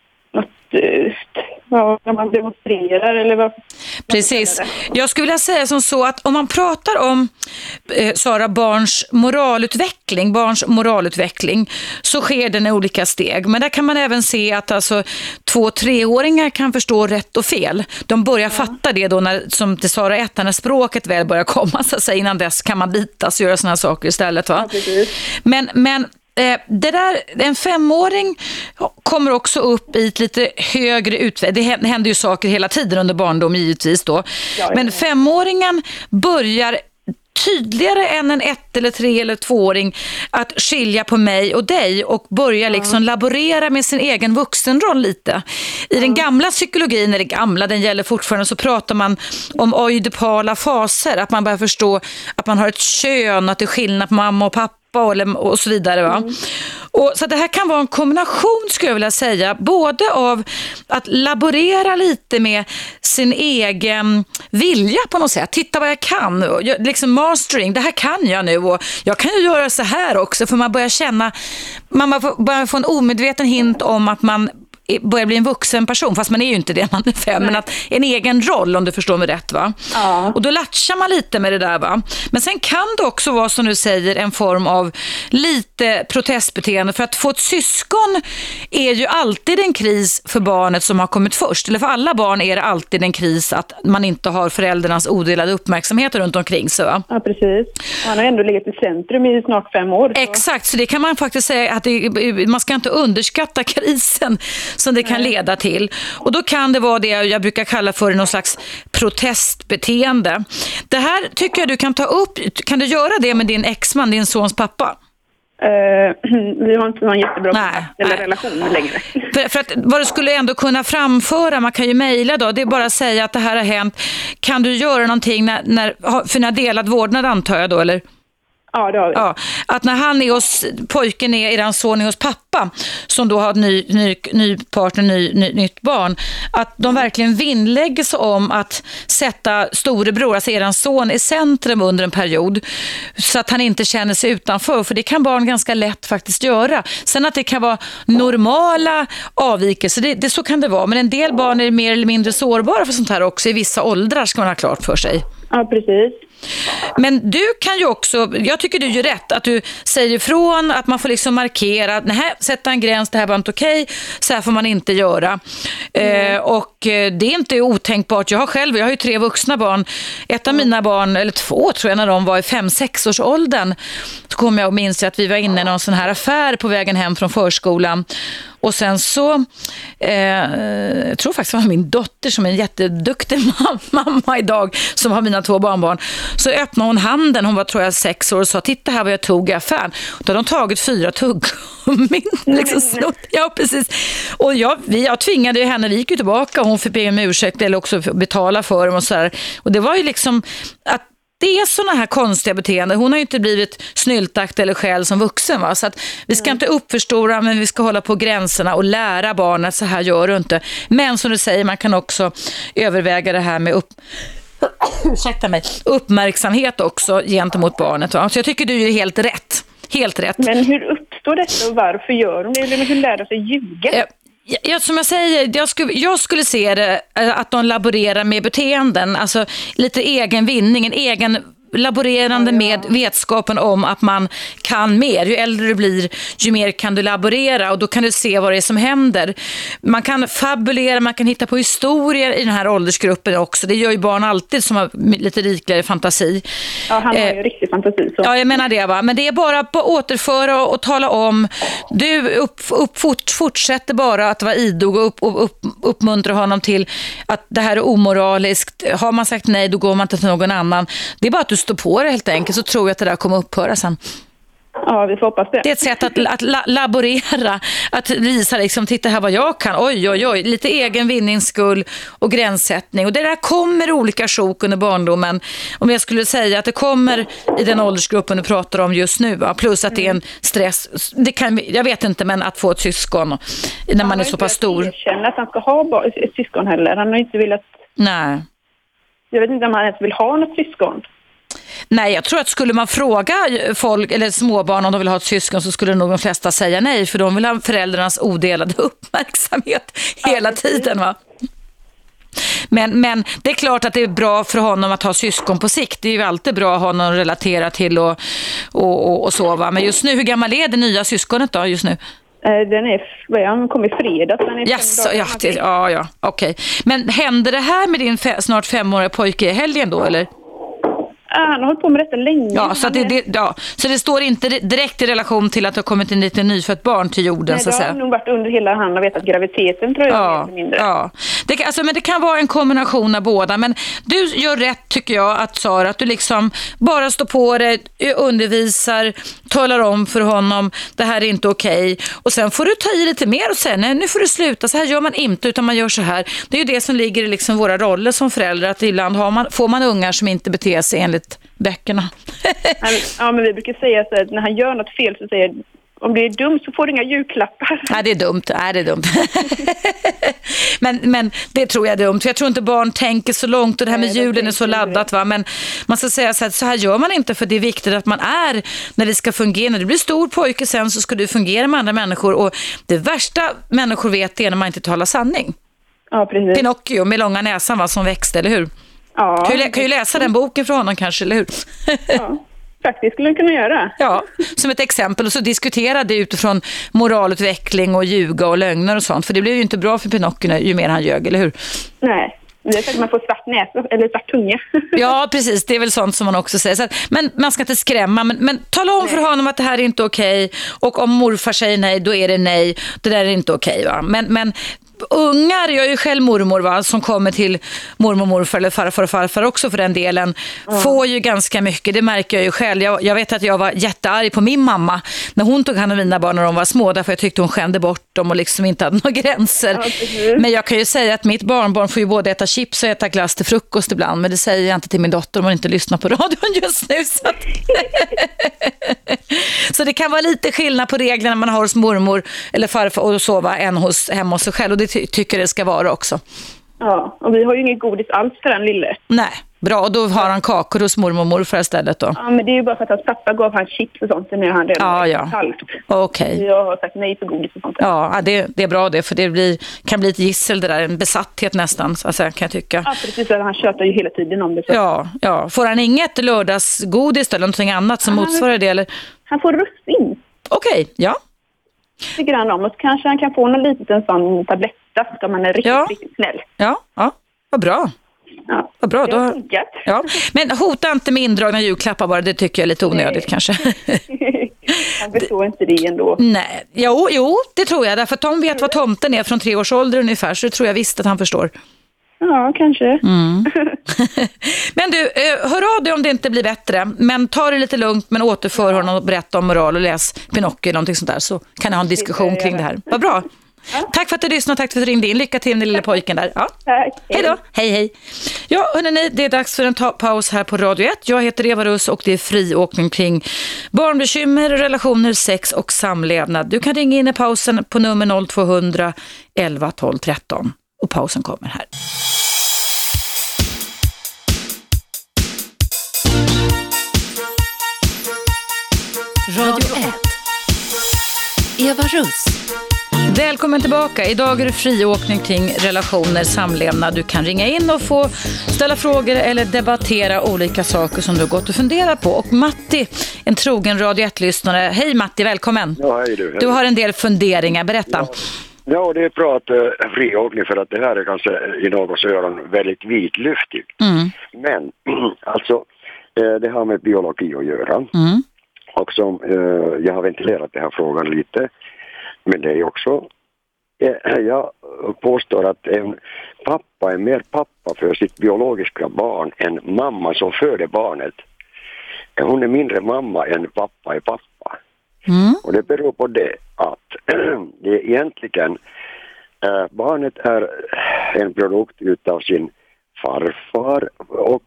vad man demonstrerar eller vad. Precis. Jag skulle vilja säga som så att om man pratar om Sara, barns moralutveckling så sker den i olika steg. Men där kan man även se att alltså 2-3-åringar kan förstå rätt och fel. De börjar fatta det då när, som till Sara 1, när språket väl börjar komma, så att säga, innan dess kan man bitas och göra såna här saker istället, va? Ja, men det där, en 5-åring kommer också upp i ett lite högre utveckling. Det händer ju saker hela tiden under barndom givetvis då. Men 5-åringen börjar tydligare än en 1- eller 3- eller 2-åring att skilja på mig och dig och börja liksom laborera med sin egen vuxenroll lite. I den gamla psykologin, eller gamla, den gäller fortfarande, så pratar man om oidipala faser, att man börjar förstå att man har ett kön, att det är skillnad på mamma och pappa och så vidare, va? Och så det här kan vara en kombination, skulle jag vilja säga, både av att laborera lite med sin egen vilja på något sätt, titta vad jag kan, liksom mastering, det här kan jag nu och jag kan ju göra så här också, för man börjar känna, man börjar få en omedveten hint om att man börjar bli en vuxen person, fast man är ju inte det, man är 5, men att en egen roll, om du förstår mig rätt, va? Ja. Och då latchar man lite med det där, va? Men sen kan det också vara, som du säger, en form av lite protestbeteende, för att få ett syskon är ju alltid en kris för barnet som har kommit först, eller för alla barn är det alltid en kris att man inte har föräldrarnas odelade uppmärksamhet runt omkring sig, va? Ja, precis. Han har ändå legat i centrum i snart 5 år. Så. Exakt, så det kan man faktiskt säga att man ska inte underskatta krisen som det kan leda till. Och då kan det vara det jag brukar kalla för någon slags protestbeteende. Det här tycker jag du kan ta upp. Kan du göra det med din exman, din sons pappa? Vi har inte någon jättebra relation längre. För att vad du skulle ändå kunna framföra, man kan ju mejla då, det är bara att säga att det här har hänt. Kan du göra någonting för när delad vårdnad, antar jag då, eller? Ja, det har vi. Ja, att när han är pojken är eran son är hos pappa, som då har ny partner, nytt barn, att de verkligen vinnlägger sig om att sätta storebror, alltså eran son, i centrum under en period, så att han inte känner sig utanför, för det kan barn ganska lätt faktiskt göra. Sen att det kan vara normala avvikelser, det så kan det vara, men en del barn är mer eller mindre sårbara för sånt här också, i vissa åldrar ska man ha klart för sig. Ja, precis. Men du kan ju också, jag tycker du gör rätt att du säger ifrån, att man får liksom markera att sätta en gräns, det här var inte okej, så här får man inte göra. Och det är inte otänkbart. Jag har ju 3 vuxna barn. Ett av mina barn, eller 2 tror jag, när de var i 5-6 års åldern, så kom jag och minns att vi var inne i någon sån här affär på vägen hem från förskolan. Och sen så, jag tror faktiskt det var min dotter som är en jätteduktig mamma idag, som har mina 2 barnbarn. Så öppnade hon handen, hon var tror jag 6 år, och sa, titta här vad jag tog i affären. Då hade de tagit 4 tuggummin. Ja, precis. Och jag tvingade ju henne, vi gick ju tillbaka och hon fick be om ursäkt eller också betala för dem och så här. Och det var ju liksom att det är såna här konstiga beteenden. Hon har ju inte blivit snyltakt eller skäl som vuxen, va? Så att vi ska inte uppförstora, men vi ska hålla på gränserna och lära barnen att så här gör du inte. Men som du säger, man kan också överväga det här med uppmärksamhet också gentemot barnet, va? Så jag tycker du är helt rätt. Helt rätt. Men hur uppstår detta och varför gör de det? Eller hur lär de sig ljuga? Ja, som jag säger, jag skulle se det att de laborerar med beteenden, alltså lite egen vinning, en egen laborerande med vetskapen om att man kan mer. Ju äldre du blir, ju mer kan du laborera, och då kan du se vad det är som händer. Man kan fabulera, man kan hitta på historier i den här åldersgruppen också. Det gör ju barn alltid som har lite rikligare fantasi. Ja, han har ju riktig fantasi. Så. Ja, jag menar det, va. Men det är bara att återföra och tala om. Du fortsätter bara att vara idog och uppmuntra honom till att det här är omoraliskt. Har man sagt nej, då går man inte till någon annan. Det är bara att du står på det helt enkelt, så tror jag att det där kommer upphöra sen. Ja, vi får hoppas det. Det är ett sätt att laborera, att visa liksom, titta här vad jag kan, oj, lite egen vinningsskull och gränssättning. Och det där kommer olika sjok under barndomen, om jag skulle säga att det kommer i den åldersgruppen du pratar om just nu, va? Plus att det är en stress, jag vet inte, men att få ett syskon när man är så pass stor. Han känner att han ska ha ett syskon heller, han har inte velat. Nej. Jag vet inte om han ens vill ha något syskon. Nej, jag tror att skulle man fråga folk eller småbarn om de vill ha ett syskon, så skulle nog de flesta säga nej, för de vill ha föräldrarnas odelade uppmärksamhet hela tiden, va? Men det är klart att det är bra för honom att ha syskon på sikt. Det är ju alltid bra att ha någon att relatera till och så, va? Men just nu, hur gammal är det nya syskonet då just nu? Han kom i fredags. Okej. Men händer det här med din snart 5-åriga pojke i helgen då, eller? Han har hållit på med detta länge. Ja, så det står inte direkt i relation till att det har kommit en liten nyfött barn till jorden. Nej, så att säga. Det har nog varit under hela han har vetat graviditeten, tror jag. Mindre. Ja. Men det kan vara en kombination av båda. Men du gör rätt, tycker jag, att Sara, att du liksom bara står på det, undervisar, talar om för honom, det här är inte okej. Och sen får du ta i lite mer och säga, nej, nu får du sluta, så här gör man inte, utan man gör så här. Det är ju det som ligger i liksom våra roller som föräldrar, att ibland får man ungar som inte beter sig enligt böckerna. Ja, men vi brukar säga så att när han gör något fel så säger om det är dumt så får du inga julklappar. Nej, det är dumt. men det tror jag är dumt. För jag tror inte barn tänker så långt och det här med julen är så laddat. Va? Men man ska säga så här gör man inte, för det är viktigt att man är när det ska fungera. När du blir stor pojke sen så ska du fungera med andra människor. Och det värsta människor vet är när man inte talar sanning. Ja, precis. Pinocchio med långa näsan, va, som växte, eller hur? Ja. Kan ju läsa den boken för honom kanske, eller hur? Ja, faktiskt skulle man kunna göra. Ja, som ett exempel. Och så diskutera det utifrån moralutveckling och ljuga och lögner och sånt. För det blev ju inte bra för Pinocchio ju mer han ljög, eller hur? Nej, det är för att man får svart näsa eller svart tunga. Ja, precis. Det är väl sånt som man också säger. Så att, men man ska inte skrämma. Men tala om för honom att det här är inte okej. Och om morfar säger nej, då är det nej. Det där är inte okej, va? Men ungar, jag är ju själv mormor, va, som kommer till mormor, morfar eller farfar och farfar också för den delen, får ju ganska mycket, det märker jag ju själv. Jag vet att jag var jättearg på min mamma när hon tog hand om mina barn när de var små, därför jag tyckte hon skände bort dem och liksom inte hade några gränser. Men jag kan ju säga att mitt barnbarn får ju både äta chips och äta glass till frukost ibland, men det säger jag inte till min dotter om hon inte lyssnar på radion just nu. Så det kan vara lite skillnad på reglerna man har hos mormor eller farfar och sova än hemma hos sig själv, och det tycker det ska vara också. Ja, och vi har ju inget godis alls för den lille. Nej, bra. Och då har han kakor hos mormor och morfar istället då? Ja, men det är ju bara för att hans pappa gav han chips och sånt när han redan var halvt. Okej. Jag har sagt nej för godis och sånt. Ja, det är bra det, för det kan bli ett gissel det där, en besatthet nästan, alltså, kan jag tycka. Ja, precis. Han tjötar ju hela tiden om det. Så. Ja. Får han inget lördagsgodis eller någonting annat som motsvarar det? Eller? Han får russin. Okej, ja. Tycker han om, och så kanske han kan få någon liten sån tabletta om man är riktigt snäll. Ja, vad bra. Ja, vad bra. Det har funkat. Ja. Men hota inte med indragna julklappar bara, det tycker jag är lite onödigt kanske. Han förstår inte det ändå. Nej, jo, det tror jag. Därför att de vet vad tomten är från 3 års ålder ungefär, så det tror jag visst att han förstår. Ja, kanske. Men du, hör av dig om det inte blir bättre. Men ta det lite lugnt, men återför honom och berätta om moral och läs Pinocchio eller någonting sånt där, så kan ni ha en diskussion kring det här. Vad bra. Ja. Tack för att du lyssnade och tack för att du ringde in. Lycka till med den lilla pojken där. Ja. Tack. Hej då. Hej. Ja, hörrni, det är dags för en paus här på Radio 1. Jag heter Eva Russ och det är friåkning kring barnbekymmer, relationer, sex och samlevnad. Du kan ringa in i pausen på nummer 0200 11 12 13. Och pausen kommer här. Radio 1. Eva Russ. Välkommen tillbaka. Idag är det friåkning kring relationer, samlevnad. Du kan ringa in och få ställa frågor eller debattera olika saker som du har gått och funderat på. Och Matti, en trogen Radio 1-lyssnare. Hej Matti, välkommen. Ja, hej du. Hej. Du har en del funderingar, berätta. Ja, det är bra att friåkning, för att det här är kanske i något öron väldigt vitluftigt. Men alltså, det har med biologi att göra. Och som jag har ventilerat den här frågan lite. Men det är också, jag påstår att en pappa är mer pappa för sitt biologiska barn än mamma som föder barnet. Hon är mindre mamma än pappa är pappa. Och det beror på det att det egentligen, barnet är en produkt utav sin farfar och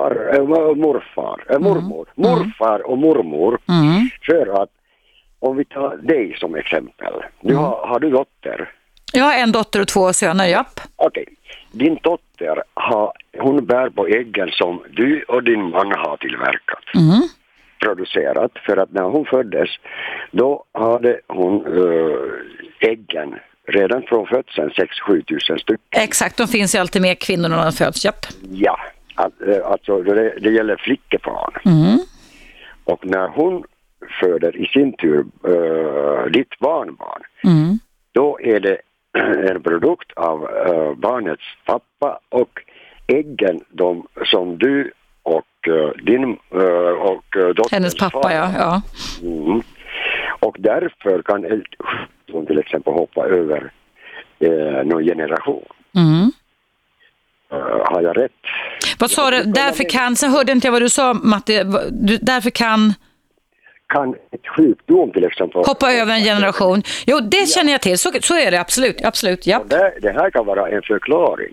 morfar och mormor. För att, om vi tar dig som exempel. Har du dotter? Jag har en dotter och 2 söner, japp. Okej. Din dotter, hon bär på äggen som du och din man har tillverkat. Producerat. För att när hon föddes, då hade hon äggen redan från födseln 6-7 tusen stycken. Exakt, de finns ju alltid med kvinnorna när de föds, japp. Ja, alltså det gäller flickebarn. Och när hon föder i sin tur ditt barnbarn, då är det en produkt av barnets pappa, och äggen som du och din och dotterns hennes pappa, ja. Och därför kan hon till exempel hoppa över någon generation. Har jag rätt? Vad sa du? Därför kan, sen hörde inte jag vad du sa, Matti. Därför kan ett sjukdom till exempel hoppa över en generation. Jo, det känner jag till. Så är det, absolut, ja. Det här kan vara en förklaring.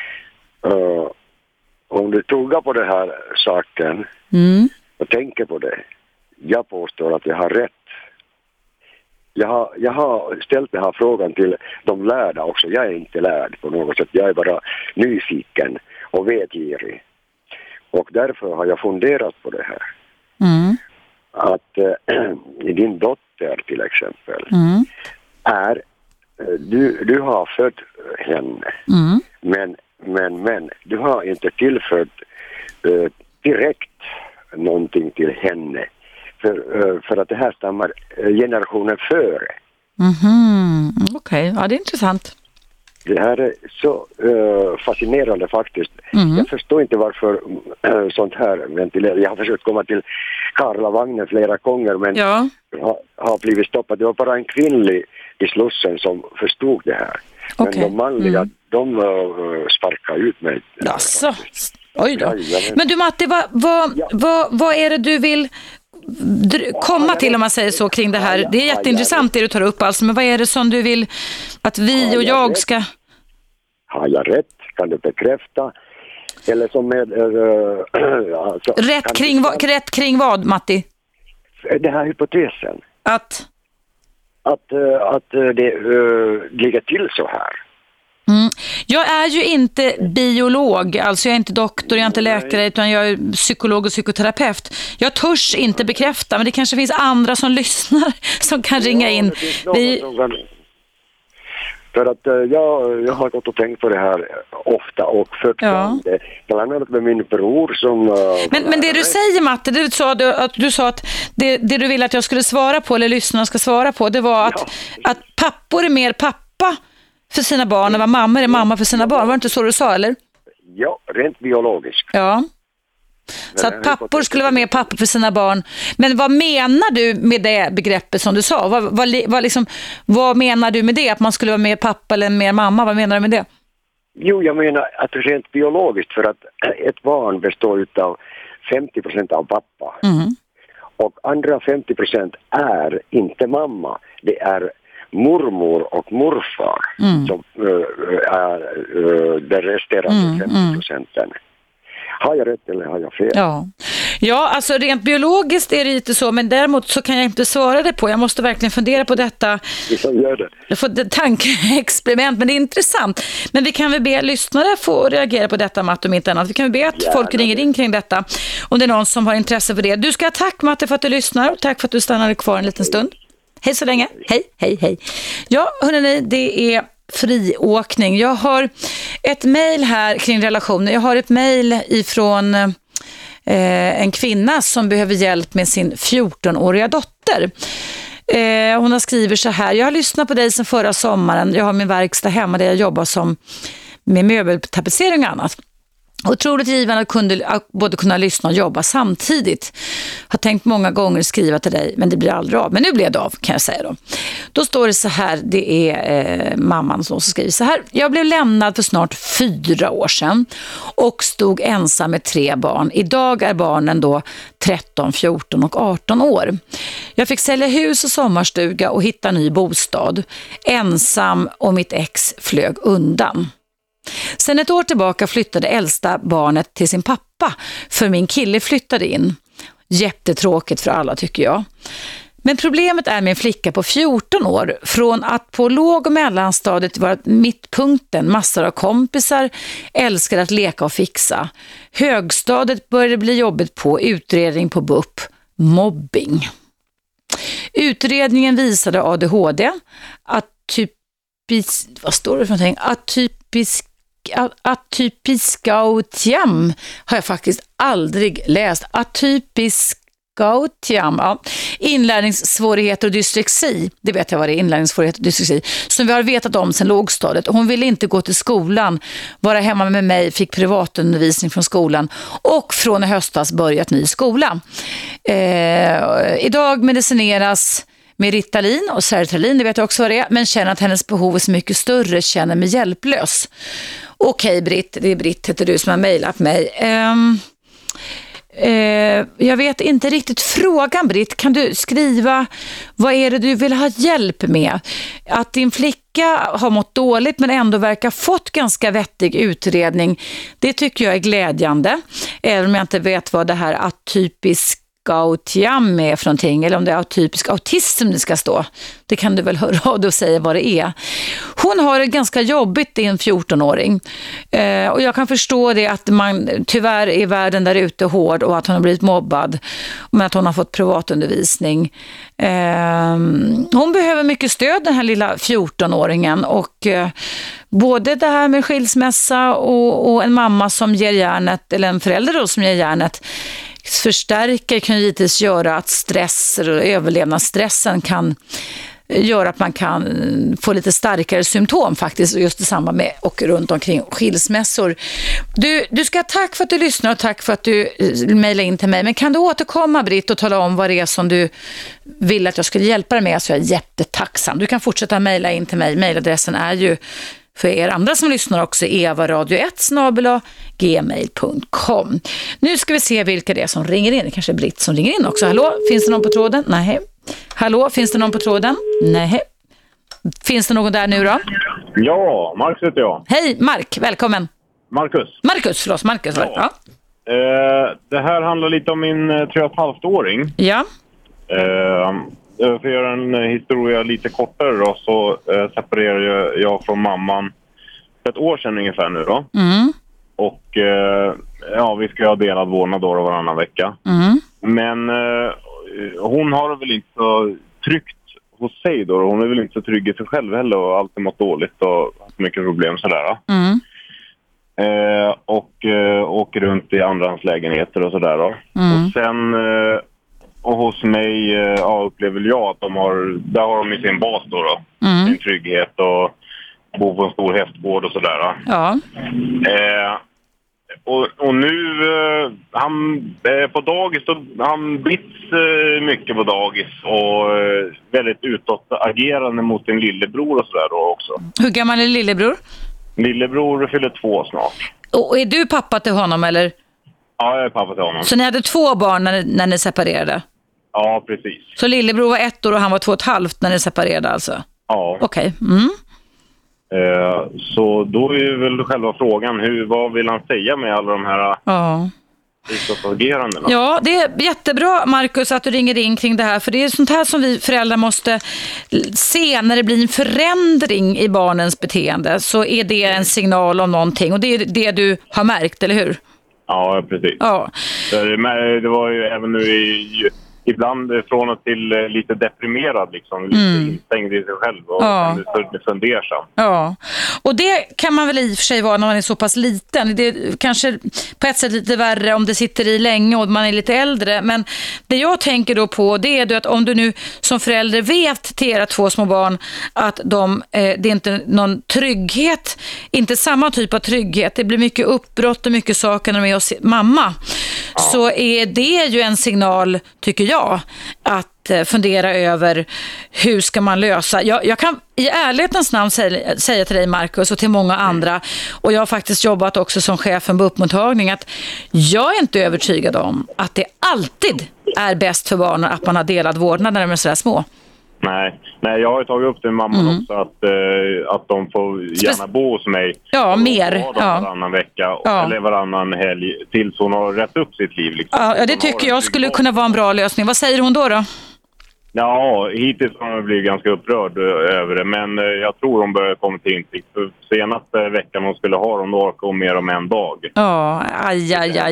Om du tuggar på den här saken och tänker på det. Jag påstår att jag har rätt. Jag har ställt den här frågan till de lärda också. Jag är inte lärd på något sätt. Jag är bara nyfiken och vetgirig. Och därför har jag funderat på det här. Att din dotter till exempel är... Du har fött henne. Men du har inte tillfört direkt någonting till henne. För att det här stammar generationen före. Okej, ja, det är intressant. Det här är så fascinerande faktiskt. Jag förstår inte varför sånt här ventilerar. Jag har försökt komma till Karlavagnen flera gånger men har blivit stoppad. Det var bara en kvinnlig i Slussen som förstod det här. Men de manliga, de sparkar ut mig. Jaså, oj då. Men du Matti, vad är det du vill komma till om man säger så kring det här? Det är jätteintressant det du tar upp alltså, men vad är det som du vill att vi och jag ska... Har jag rätt? Kan du bekräfta? Eller som med... alltså, rätt kring vad, Matti? Det här hypotesen. Att det ligger till så här. Jag är ju inte biolog, alltså jag är inte doktor, jag är inte läkare, utan jag är psykolog och psykoterapeut. Jag törs inte bekräfta, men det kanske finns andra som lyssnar som kan ringa in. För att jag har gått och tänkt på det här ofta och fört fram det. Bland annat med min bror som... Men det du säger, Matte, du sa att det du ville att jag skulle svara på, eller lyssnarna ska svara på, det var att pappor är mer pappa för sina barn än vad mamma är mamma för sina barn. Var det inte så du sa, eller? Ja, rent biologiskt. Ja. Så att pappor skulle vara mer pappa för sina barn. Men vad menar du med det begreppet som du sa? Vad menar du med det? Att man skulle vara mer pappa eller mer mamma? Vad menar du med det? Jo, jag menar att det är rent biologiskt, för att ett barn består av 50% av pappa. Och andra 50% är inte mamma. Det är mormor och morfar som är den resterande 50%. Har jag rätt eller har jag fel? Ja, alltså rent biologiskt är det lite så, men däremot så kan jag inte svara det på. Jag måste verkligen fundera på detta. Jag får ett tankeexperiment, men det är intressant. Men vi kan väl be lyssnare få reagera på detta, Matt, om inte annat. Vi kan väl be att folk ringer in kring detta, om det är någon som har intresse för det. Du ska ha tack, Matte, för att du lyssnar, och tack för att du stannade kvar en liten stund. Hej så länge. Hej. Ja, hörrni, det är friåkning. Jag har ett mejl här kring relationer. Jag har ett mejl ifrån en kvinna som behöver hjälp med sin 14-åriga dotter. Hon har skrivit så här: jag har lyssnat på dig sedan förra sommaren. Jag har min verkstad hemma där jag jobbar med möbeltapetsering och annat. Otroligt givande att både kunna lyssna och jobba samtidigt. Har tänkt många gånger skriva till dig, men det blir aldrig av. Men nu blev det av, kan jag säga då. Då står det så här, det är mamman som skriver så här: jag blev lämnad för snart 4 år sedan och stod ensam med 3 barn. Idag är barnen då 13, 14 och 18 år. Jag fick sälja hus och sommarstuga och hitta ny bostad. Ensam, och mitt ex flög undan. Sen ett år tillbaka flyttade äldsta barnet till sin pappa, för min kille flyttade in. Jättetråkigt för alla, tycker jag. Men problemet är min flicka på 14 år. Från att på låg- och mellanstadiet var mittpunkten, massor av kompisar, älskade att leka och fixa. Högstadiet började bli jobbigt på, utredning på BUP, mobbing. Utredningen visade ADHD, atypisk autism har jag faktiskt aldrig läst. Atypisk autism, inlärningssvårigheter och dyslexi. Det vet jag vad det är, inlärningssvårigheter och dyslexi. Som vi har vetat om sedan lågstadiet. Hon ville inte gå till skolan, vara hemma med mig, fick privatundervisning från skolan och från i höstas börjat ny skola. Idag medicineras med Ritalin och Sertralin, det vet jag också vad det är, men känner att hennes behov är så mycket större, känner mig hjälplös. Okej, Britt, det är Britt, heter du, som har mejlat mig. Jag vet inte riktigt frågan, Britt. Kan du skriva, vad är det du vill ha hjälp med? Att din flicka har mått dåligt men ändå verkar fått ganska vettig utredning, det tycker jag är glädjande. Även om jag inte vet vad det här atypisk Gautiam är för någonting, eller om det är atypisk autism det ska stå. Det kan du väl höra av dig och säga vad det är. Hon har det ganska jobbigt, det är en 14-åring. Och jag kan förstå det att man tyvärr är världen där ute hård och att hon har blivit mobbad. Men att hon har fått privatundervisning. Hon behöver mycket stöd, den här lilla 14-åringen. Och både det här med skilsmässa och en mamma som ger järnet, eller en förälder då som ger järnet, förstärker kan givetvis göra att stress och överlevnadsstressen kan göra att man kan få lite starkare symptom faktiskt, just i samband med och runt omkring skilsmässor. Du ska tack för att du lyssnar och tack för att du mejlar in till mig. Men kan du återkomma, Britt, och tala om vad det är som du vill att jag skulle hjälpa dig med, så jag är jättetacksam. Du kan fortsätta mejla in till mig. Mejladressen är ju för er andra som lyssnar också evaradio1@gmail.com. Nu ska vi se vilka det är som ringer in. Det kanske är Britt som ringer in också. Hallå, finns det någon på tråden? Nej. Hallå, finns det någon på tråden? Nej. Finns det någon där nu då? Ja, Marcus heter jag. Hej, Mark, välkommen. Marcus. Marcus. Ja. Det här handlar lite om min 3,5-åring. Ja. För att göra en historia lite kortare då, så separerade jag från mamman för ett år sedan ungefär nu då. Mm. Och vi ska ha delad vårdnad då varannan vecka. Mm. Men hon har det väl inte så tryggt hos sig då. Hon är väl inte så trygg i sig själv heller och alltid mått dåligt och haft mycket problem sådär. Mm. Och åker runt i andrahandslägenheter och sådär då. Mm. Och sen och hos mig upplever jag att där har de i sin bas då. Sin trygghet och bo på en stor hästgård och sådär. Ja. Och nu han på dagis han bits mycket på dagis och väldigt utåtagerande mot sin lillebror och sådär då också. Hur gammal är lillebror? Lillebror fyller 2 snart. Och är du pappa till honom eller? Ja, jag är pappa till honom. Så ni hade 2 barn när ni separerade? Ja, precis. Så lillebror var 1 år och han var 2,5 när ni separerade alltså? Ja. Okej. Mm. Så då är väl själva frågan, vad vill han säga med alla de här utåtagerandena? Ja, det är jättebra, Marcus, att du ringer in kring det här. För det är sånt här som vi föräldrar måste se när det blir en förändring i barnens beteende. Så är det en signal om någonting. Och det är det du har märkt, eller hur? Ja, precis. Ja. Det var ju även nu ibland från och till lite deprimerad liksom, lite instängd i sig själv och lite fundersam. Ja, och det kan man väl i och för sig vara när man är så pass liten. Det är kanske på ett sätt lite värre om det sitter i länge och man är lite äldre. Men det jag tänker då på, det är att om du nu som förälder vet till era 2 små barn att det är inte någon trygghet, inte samma typ av trygghet. Det blir mycket uppbrott och mycket saker när de är hos mamma. Ja. Så är det ju en signal, tycker jag, att fundera över hur ska man lösa. Jag kan i ärlighetens namn säga till dig, Marcus, och till många andra, och jag har faktiskt jobbat också som chefen på uppmottagning, att jag är inte övertygad om att det alltid är bäst för barnen att man har delad vårdnad när de är sådär små. Nej, jag har ju tagit upp det med mamman också att de får gärna bo hos mig. Ja, mer. Varannan vecka eller varannan helg tills hon har rätt upp sitt liv. Liksom. Ja, det tycker jag skulle kunna vara en bra lösning. Vad säger hon då? Ja, hittills har jag blivit ganska upprörd över det. Men jag tror hon börjar komma till insikt. Senaste veckan hon skulle ha dem, då orkar hon mer om en dag. Ja, aj.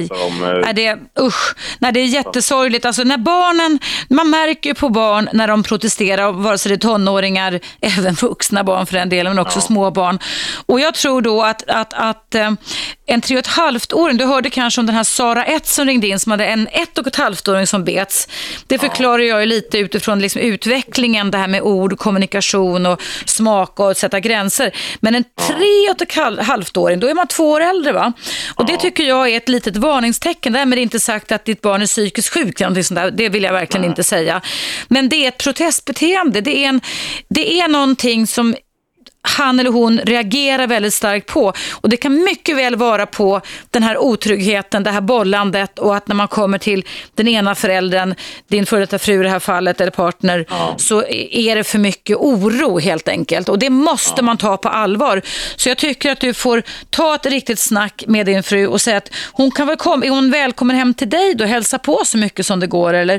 Det är jättesorgligt. Alltså när barnen, man märker ju på barn när de protesterar, vare sig det är tonåringar, även vuxna barn för den delen, men också små barn. Och jag tror då att en 3,5-åring, du hörde kanske om den här Sara 1 som ringde in, som hade en 1,5-åring som bets. Det förklarar jag ju lite utifrån liksom utvecklingen, det här med ord, kommunikation och smak och sätta gränser. Men en 3,5-åring, då är man 2 år äldre, va? Och det tycker jag är ett litet varningstecken. Därmed är det inte sagt att ditt barn är psykiskt sjukt eller någonting sånt där. Det vill jag verkligen inte säga. Men det är ett protestbeteende. Det är någonting som han eller hon reagerar väldigt starkt på. Och det kan mycket väl vara på den här otryggheten, det här bollandet, och att när man kommer till den ena föräldern, din före detta fru i det här fallet eller partner, så är det för mycket oro helt enkelt. Och det måste man ta på allvar. Så jag tycker att du får ta ett riktigt snack med din fru och säga att hon kan väl är hon välkommen hem till dig då, hälsa på så mycket som det går, eller?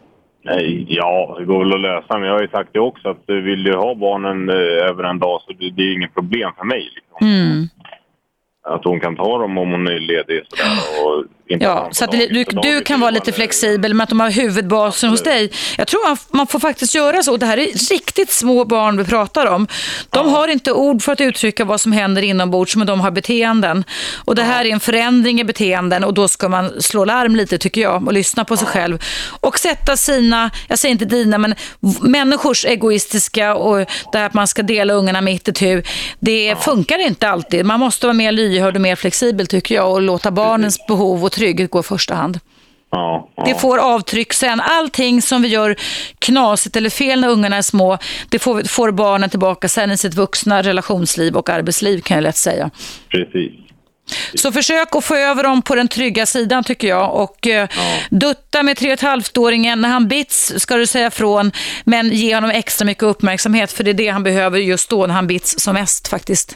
Nej, ja, det går väl att lösa. Men jag har ju sagt det också, att vill du ha barnen över en dag så det är inget problem för mig. Liksom. Att hon kan ta dem om hon är ledig. Och inte så att du kan vara lite flexibel med att de har huvudbasen hos dig. Jag tror man får faktiskt göra så. Och det här är riktigt små barn vi pratar om. De har inte ord för att uttrycka vad som händer inombords, men de har beteenden. Och det här är en förändring i beteenden, och då ska man slå larm lite, tycker jag, och lyssna på sig själv. Och sätta sina, jag säger inte dina, men människors egoistiska och det här att man ska dela ungarna mitt i tu. Det funkar inte alltid. Man måste vara mer lyhörd och mer flexibel, tycker jag, och låta barnens behov och trygghet gå i första hand. Det får avtryck sen. Allting som vi gör knasigt eller fel när ungarna är små, det får barnen tillbaka sen i sitt vuxna relationsliv och arbetsliv, kan jag lätt säga. Precis. Så försök att få över dem på den trygga sidan, tycker jag, och dutta med 3,5-åringen. När han bits ska du säga från, men ge honom extra mycket uppmärksamhet, för det är det han behöver just då när han bits som mest faktiskt.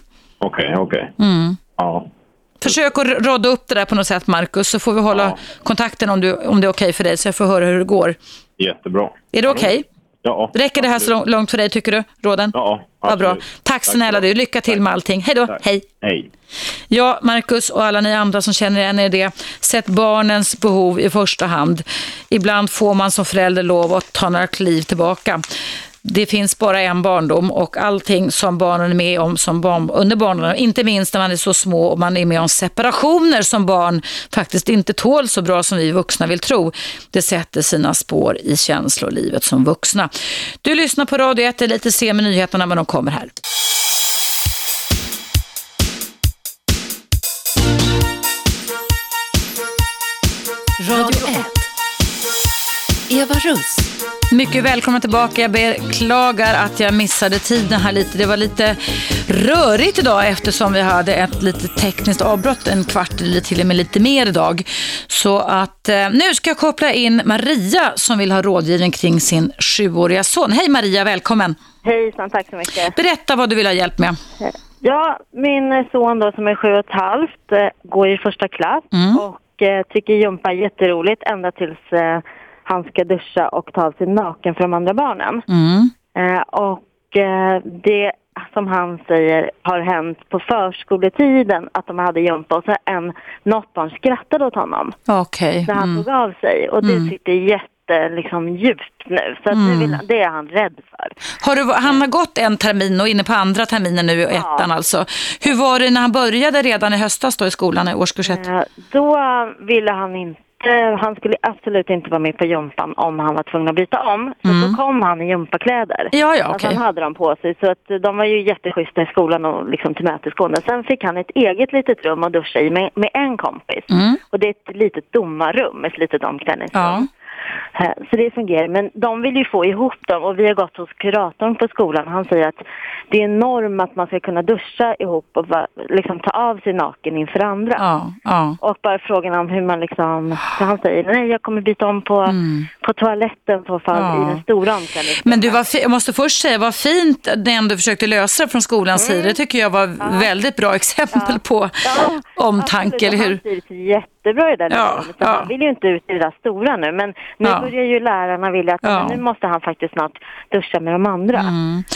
Okej. Ja. Försök att råda upp det där på något sätt, Marcus, så får vi hålla kontakten om det är okej för dig, så jag får höra hur det går. Jättebra. Är det okej? Ja. Räcker det här så långt för dig, tycker du, råden? Ja, vad bra. Tack snälla du. Lycka till med allting. Hej då. Hej. Ja, Marcus och alla ni andra som känner igen er det. Sätt barnens behov i första hand. Ibland får man som förälder lov att ta några kliv tillbaka. Det finns bara en barndom, och allting som barnen är med om under barndomen, inte minst när man är så små och man är med om separationer som barn faktiskt inte tål så bra som vi vuxna vill tro, det sätter sina spår i känslolivet som vuxna. Du lyssnar på Radio 1, lite se med nyheterna, men de kommer här. Radio 1. Eva Russ. Mycket välkomna tillbaka. Jag beklagar att jag missade tiden här lite. Det var lite rörigt idag eftersom vi hade ett litet tekniskt avbrott, en kvart eller till och med lite mer idag. Så att nu ska jag koppla in Maria som vill ha rådgivning kring sin 7-åriga son. Hej Maria, välkommen. Hejsan, tack så mycket. Berätta vad du vill ha hjälp med. Ja, min son då som är 7,5 går i första klass och tycker jumpa är jätteroligt ända tills han ska duscha och ta sig naken för de andra barnen. Det som han säger har hänt på förskoletiden, att de hade jumpa och så något barn skrattade åt honom. Okej. När han tog av sig. Och det tyckte djupt nu. Så att det är han rädd för. Han har gått en termin och inne på andra terminen nu i ettan alltså. Hur var det när han började redan i höstas då i skolan i årskurs 1? Då ville han inte. Han skulle absolut inte vara med på jumpan om han var tvungen att byta om. Så då kom han i jumpakläder. Alltså han hade dem på sig. Så att de var ju jätteschyssta i skolan och liksom tillmötesgående. Sen fick han ett eget litet rum att duscha i med en kompis. Och det är ett litet domarrum, ett litet omklädningsrum. Så det fungerar. Men de vill ju få ihop dem. Och vi har gått hos kuratorn på skolan. Han säger att det är en norm att man ska kunna duscha ihop och liksom ta av sig naken inför andra. Och bara frågan om hur man liksom... Så han säger, nej jag kommer byta om på toaletten på fall i den stora omklädningen. Men du jag måste först säga, vad fint när du försökte lösa det från skolans sida. Det tycker jag var väldigt bra exempel på omtanke, eller hur? Han jättebra i den han vill ju inte ut i det där stora nu, men nu börjar ju lärarna vilja att nu måste han faktiskt snart duscha med de andra.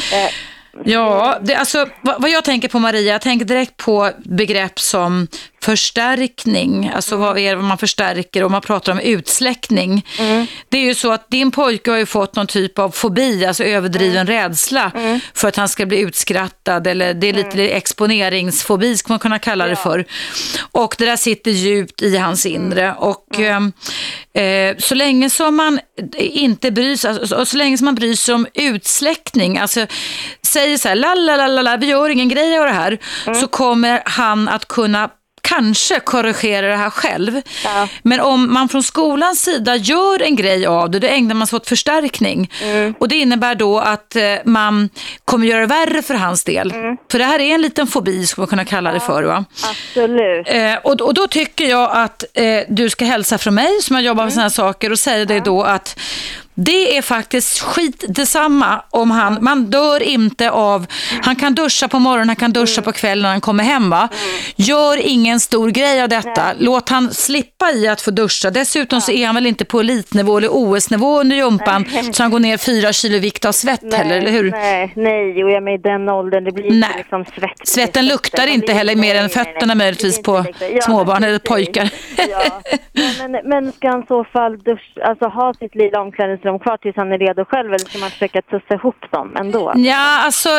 Vad jag tänker på Maria, jag tänker direkt på begrepp som förstärkning, alltså vad är det man förstärker, och man pratar om utsläckning. Det är ju så att din pojke har ju fått någon typ av fobi, alltså överdriven rädsla för att han ska bli utskrattad, eller det är lite exponeringsfobi ska man kunna kalla det för. Och det där sitter djupt i hans inre, och så länge som man inte bryr sig, alltså, så länge som man bryr sig om utsläckning, alltså säger så här, la vi gör ingen grej av det här, så kommer han att kunna kanske korrigera det här själv. Ja. Men om man från skolans sida gör en grej av det, då ägnar man sig åt förstärkning. Och det innebär då att man kommer göra det värre för hans del. För det här är en liten fobi, skulle man kunna kalla det för, va? Absolut. Och då tycker jag att du ska hälsa från mig som har jobbat med såna här saker och säga det då att det är faktiskt skit detsamma om man dör inte av, han kan duscha på morgonen, han kan duscha på kvällen när han kommer hem, va? Gör ingen stor grej av detta. Nej. Låt han slippa i att få duscha. Dessutom så är han väl inte på elitnivå eller OS-nivå under jumpan så han går ner 4 kilo vikt av svett heller, eller hur? Nej, och jag är med i den åldern, det blir inte liksom svett. Svetten luktar inte heller mer än fötterna möjligtvis på småbarn eller pojkar. Ja. Men ska han i så fall alltså ha sitt lilla omklädningsrum kvar tills han är redo själv, eller ska man försöka tussa ihop dem ändå? Ja, alltså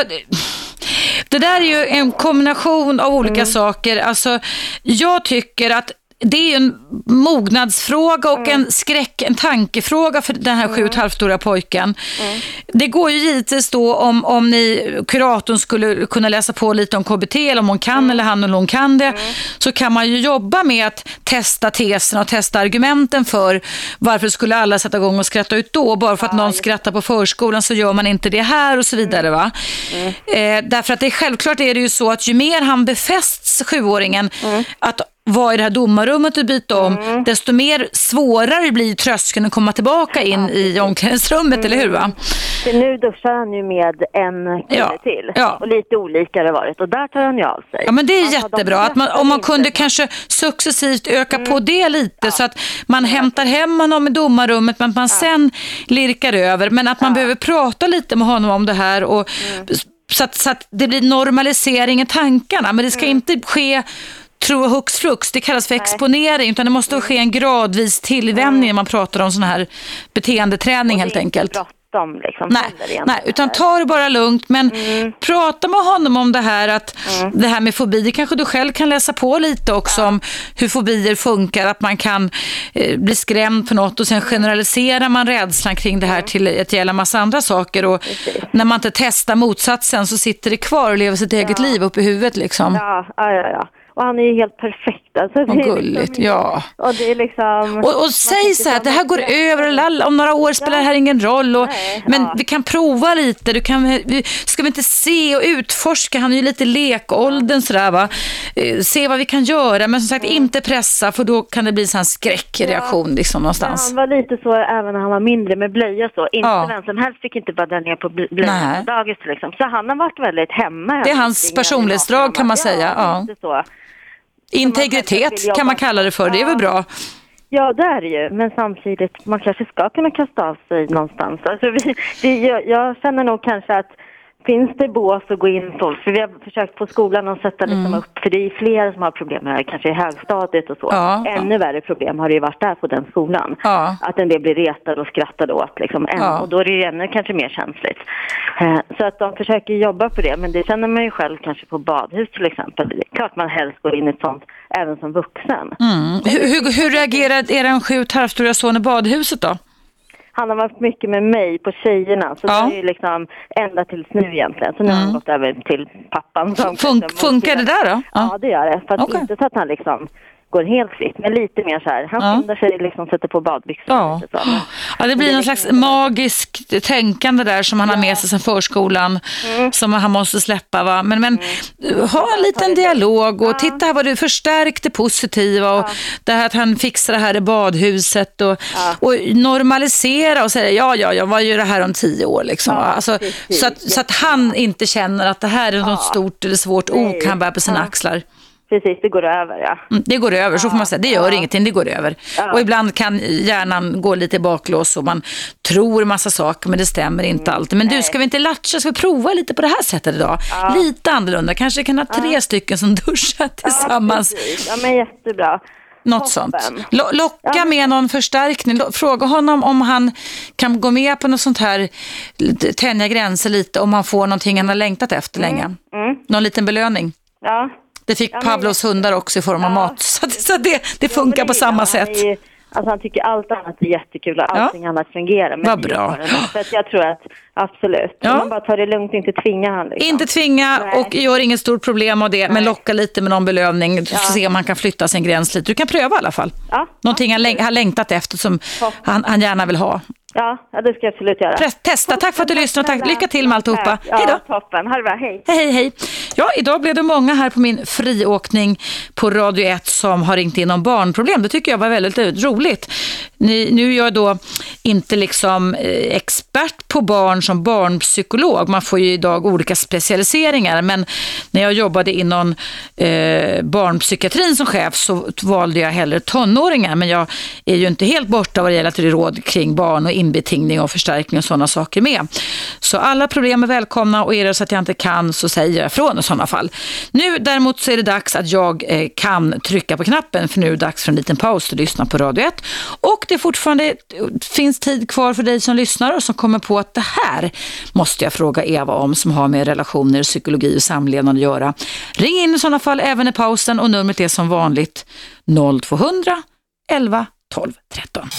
det där är ju en kombination av olika saker. Alltså jag tycker att det är en mognadsfråga och en tankefråga för den här 7,5-åriga pojken. Det går ju givetvis då om kuratorn skulle kunna läsa på lite om KBT, eller om hon kan eller han eller hon kan det, så kan man ju jobba med att testa tesen och testa argumenten för varför skulle alla sätta igång och skratta ut då, bara för att någon skrattar på förskolan så gör man inte det här och så vidare, va? Därför att självklart är det ju så att ju mer han befästs 7-åringen att vara i det här domarrummet och byta om, desto mer svårare blir tröskeln att komma tillbaka in i omklädningsrummet, eller hur, va? Så nu duschar han ju med en kille till. Ja. Och lite olika det varit. Och där tar han ju av sig. Ja, men det är jättebra. Att om man kunde kanske successivt öka på det lite så att man hämtar hem honom i domarrummet, men att man sen lirkar över. Men att man behöver prata lite med honom om det här och så att det blir normalisering i tankarna. Men det ska inte ske hux flux, det kallas för exponering, utan det måste ske en gradvis tillvänjning när man pratar om sån här beteendeträning helt enkelt. Liksom, nej, utan ta det bara lugnt, men prata med honom om det här att det här med fobi, kanske du själv kan läsa på lite också om hur fobier funkar, att man kan bli skrämd för något och sen generaliserar man rädslan kring det här till att gälla massa andra saker, och när man inte testar motsatsen så sitter det kvar och lever sitt eget liv upp i huvudet liksom. Ja. Och han är ju helt perfekt. Alltså, det är gulligt, liksom, ja. Och det är liksom... Och säg så här, att det här går över, om några år spelar det här ingen roll. Men vi kan prova lite, ska vi inte se och utforska, han är ju lite lekåldern sådär, va? Se vad vi kan göra, men som sagt inte pressa, för då kan det bli en skräckreaktion liksom någonstans. Han var lite så även när han var mindre med blöja så. Inte vem som helst fick inte bara ner på blöja på dagis liksom. Så han har varit väldigt hemma. Det är hans personlighetsdrag kan man säga, ja. Så. Integritet kan man kalla det för, det är väl bra? Ja, det är det ju. Men samtidigt, man kanske ska kunna kasta av sig någonstans. Alltså jag känner nog kanske att finns det bås att gå in på? För vi har försökt på skolan att sätta liksom upp, för det är fler som har problem här, kanske i högstadiet och så. Ännu värre problem har det ju varit där på den skolan. Att en del blir retad och skrattad åt liksom. Och då är det ju ännu kanske mer känsligt. Så att de försöker jobba på det, men det känner man ju själv kanske på badhus till exempel. Det är klart man helst går in i ett sånt även som vuxen. Hur reagerade er 7,5-åriga son i badhuset då? Han har varit mycket med mig på tjejerna. Så det är ju liksom ända tills nu egentligen. Så nu har han gått över till pappan. Funkar det där då? Ja, det gör det. För att inte så att han liksom går helt fritt, men lite mer så här. Han skyndar sig liksom, sätter på badbyxor. Ja, det blir någon slags magiskt tänkande där som han har med sig sedan förskolan som han måste släppa, va? Men ha en liten dialog och titta här vad du förstärkt det positiva och det här att han fixar det här i badhuset och normalisera och säga jag vad gör det här om 10 år liksom. Alltså, så att han inte känner att det här är något stort eller svårt ok han bär på sina axlar. Precis, det går över, Det går över, så får man säga. Det gör ingenting, det går över. Och ibland kan hjärnan gå lite i baklås och man tror massa saker, men det stämmer inte alltid. Men du, ska vi inte latcha, ska vi prova lite på det här sättet idag? Lite annorlunda, kanske kan ha 3 stycken som duschar tillsammans. Ja, men jättebra. Något sånt. Locka med någon förstärkning. Fråga honom om han kan gå med på något sånt här, tänja gränser lite, om han får någonting han har längtat efter länge. Någon liten belöning. Ja. Det fick Pavlovs hundar också i form av mat. Så det funkar på samma sätt. Alltså han tycker allt annat är jättekul och allting annat fungerar. Men vad bra. Så att jag tror att absolut. Ja. Man bara tar det lugnt, inte tvinga han. Liksom. Inte tvinga. Nej. Och gör inget stort problem av det. Nej. Men locka lite med någon belövning. Ja. Se om han kan flytta sin gräns lite. Du kan pröva i alla fall. Ja. Någonting han har längtat efter som han gärna vill ha. Ja, det ska jag absolut göra. Testa, tack för att du lyssnade och lycka till med alltihopa. Ja, hej då. Toppen, ha det bra, hej. Hej. Ja, idag blev det många här på min friåkning på Radio 1 som har ringt in om barnproblem. Det tycker jag var väldigt roligt. Nu är jag då inte liksom expert på barn som barnpsykolog. Man får ju idag olika specialiseringar, men när jag jobbade inom barnpsykiatrin som chef så valde jag hellre tonåringar, men jag är ju inte helt borta vad det gäller till råd kring barn och inbetingning och förstärkning och sådana saker med. Så alla problem är välkomna, och är det så att jag inte kan så säger jag från i sådana fall. Nu däremot så är det dags att jag kan trycka på knappen, för nu är det dags för en liten paus att lyssna på Radio 1. Och det fortfarande finns tid kvar för dig som lyssnar och som kommer på att det här måste jag fråga Eva om, som har med relationer, psykologi och samlevnad att göra. Ring in i sådana fall även i pausen, och numret är som vanligt 0200 11 12 13.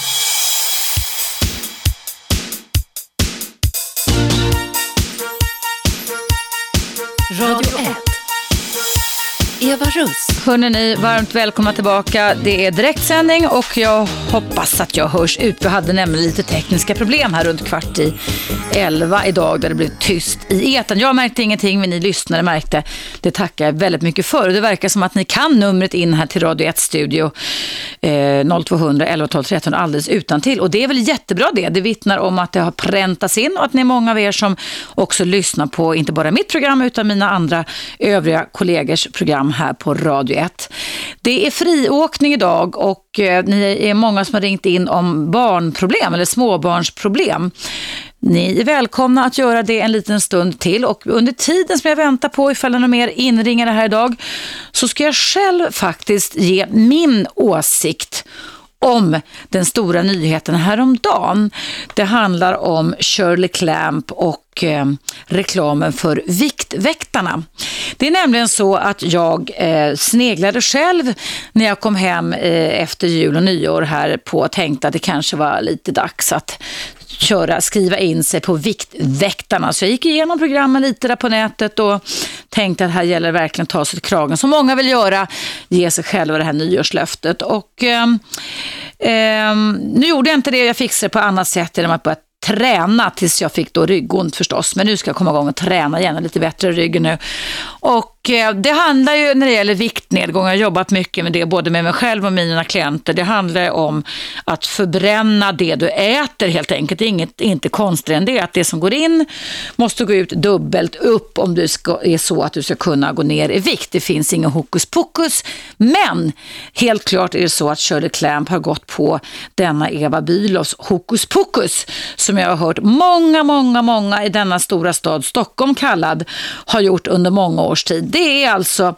Radio 1. Eva Russ. Hörrni ni, varmt välkomna tillbaka. Det är direktsändning och jag hoppas att jag hörs ut. Vi hade nämligen lite tekniska problem här runt 10:15 idag där det blev tyst i etern. Jag märkte ingenting, men ni lyssnare märkte. Det tackar jag väldigt mycket för. Och det verkar som att ni kan numret in här till Radio 1 studio 0200 11 12 13 alldeles utan till. Och det är väl jättebra det. Det vittnar om att det har präntats in och att ni är många av er som också lyssnar på inte bara mitt program utan mina andra övriga kollegors program här på Radio 1. Det är friåkning idag och ni är många som har ringt in om barnproblem eller småbarnsproblem. Ni är välkomna att göra det en liten stund till, och under tiden som jag väntar på ifall det är några mer inringare här idag så ska jag själv faktiskt ge min åsikt om den stora nyheten häromdagen. Det handlar om Shirley Clamp och reklamen för Viktväktarna. Det är nämligen så att jag sneglade själv när jag kom hem efter jul och nyår här på och tänkte att det kanske var lite dags att skriva in sig på Viktväktarna. Så jag gick igenom programmen lite där på nätet och tänkte att här gäller det verkligen att ta sig till kragen. Som många vill göra, ge sig själva det här nyårslöftet. Och nu gjorde jag inte det, jag fixade det på annat sätt genom att börja träna tills jag fick då ryggont förstås. Men nu ska jag komma igång och träna igen, lite bättre ryggen nu. Och det handlar ju när det gäller viktnedgång, jag har jobbat mycket med det både med mig själv och mina klienter. Det handlar om att förbränna det du äter helt enkelt. Det är inte konstigt än det, att det som går in måste gå ut dubbelt upp om du är så att du ska kunna gå ner i vikt. Det finns ingen hokus pokus, men helt klart är det så att Shirley Clamp har gått på denna Eva Bülows hokus pokus som jag har hört många i denna stora stad Stockholm kallad har gjort under många års tid. Det är alltså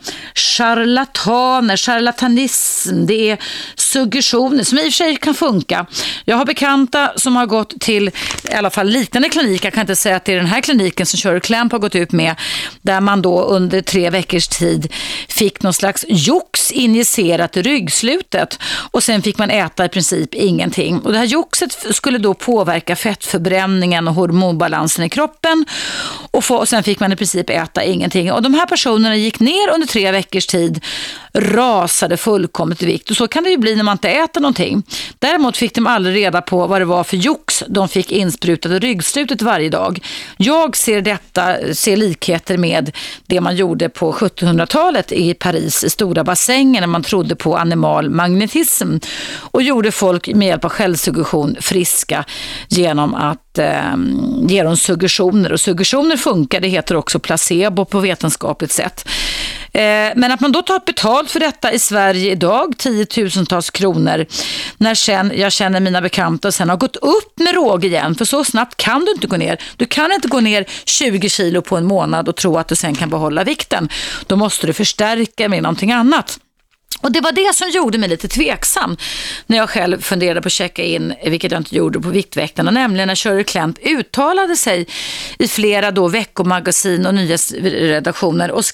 charlatanism, det är suggestioner som i och för sig kan funka. Jag har bekanta som har gått till i alla fall liknande kliniker, jag kan inte säga att det är den här kliniken som Shirley Clamp har gått ut med, där man då under 3 veckors tid fick någon slags jox injicerat i ryggslutet och sen fick man äta i princip ingenting. Och det här joxet skulle då påverka fettförbränningen och hormonbalansen i kroppen och sen fick man i princip äta ingenting. Och de här personerna gick ner under 3 veckors tid, rasade fullkomligt i vikt. Och så kan det ju bli när man inte äter någonting. Däremot fick de aldrig reda på vad det var för jox de fick insprutat i ryggslutet varje dag. Jag ser likheter med det man gjorde på 1700-talet i Paris i stora bassänger när man trodde på animal magnetism och gjorde folk med hjälp av självsuggestion friska genom att ge dem suggestioner. Och suggestioner funkar, det heter också placebo på vetenskapligt sätt. Men att man då tar betalt för detta i Sverige idag, 10 000-tals kronor, när sen jag känner mina bekanta och sen har gått upp med råg igen, för så snabbt kan du inte gå ner. Du kan inte gå ner 20 kilo på en månad och tro att du sen kan behålla vikten. Då måste du förstärka med någonting annat. Och det var det som gjorde mig lite tveksam när jag själv funderade på att checka in, vilket jag inte gjorde på Viktväktarna, nämligen när Shirley Clamp uttalade sig i flera då veckomagasin och nyhetsredaktioner och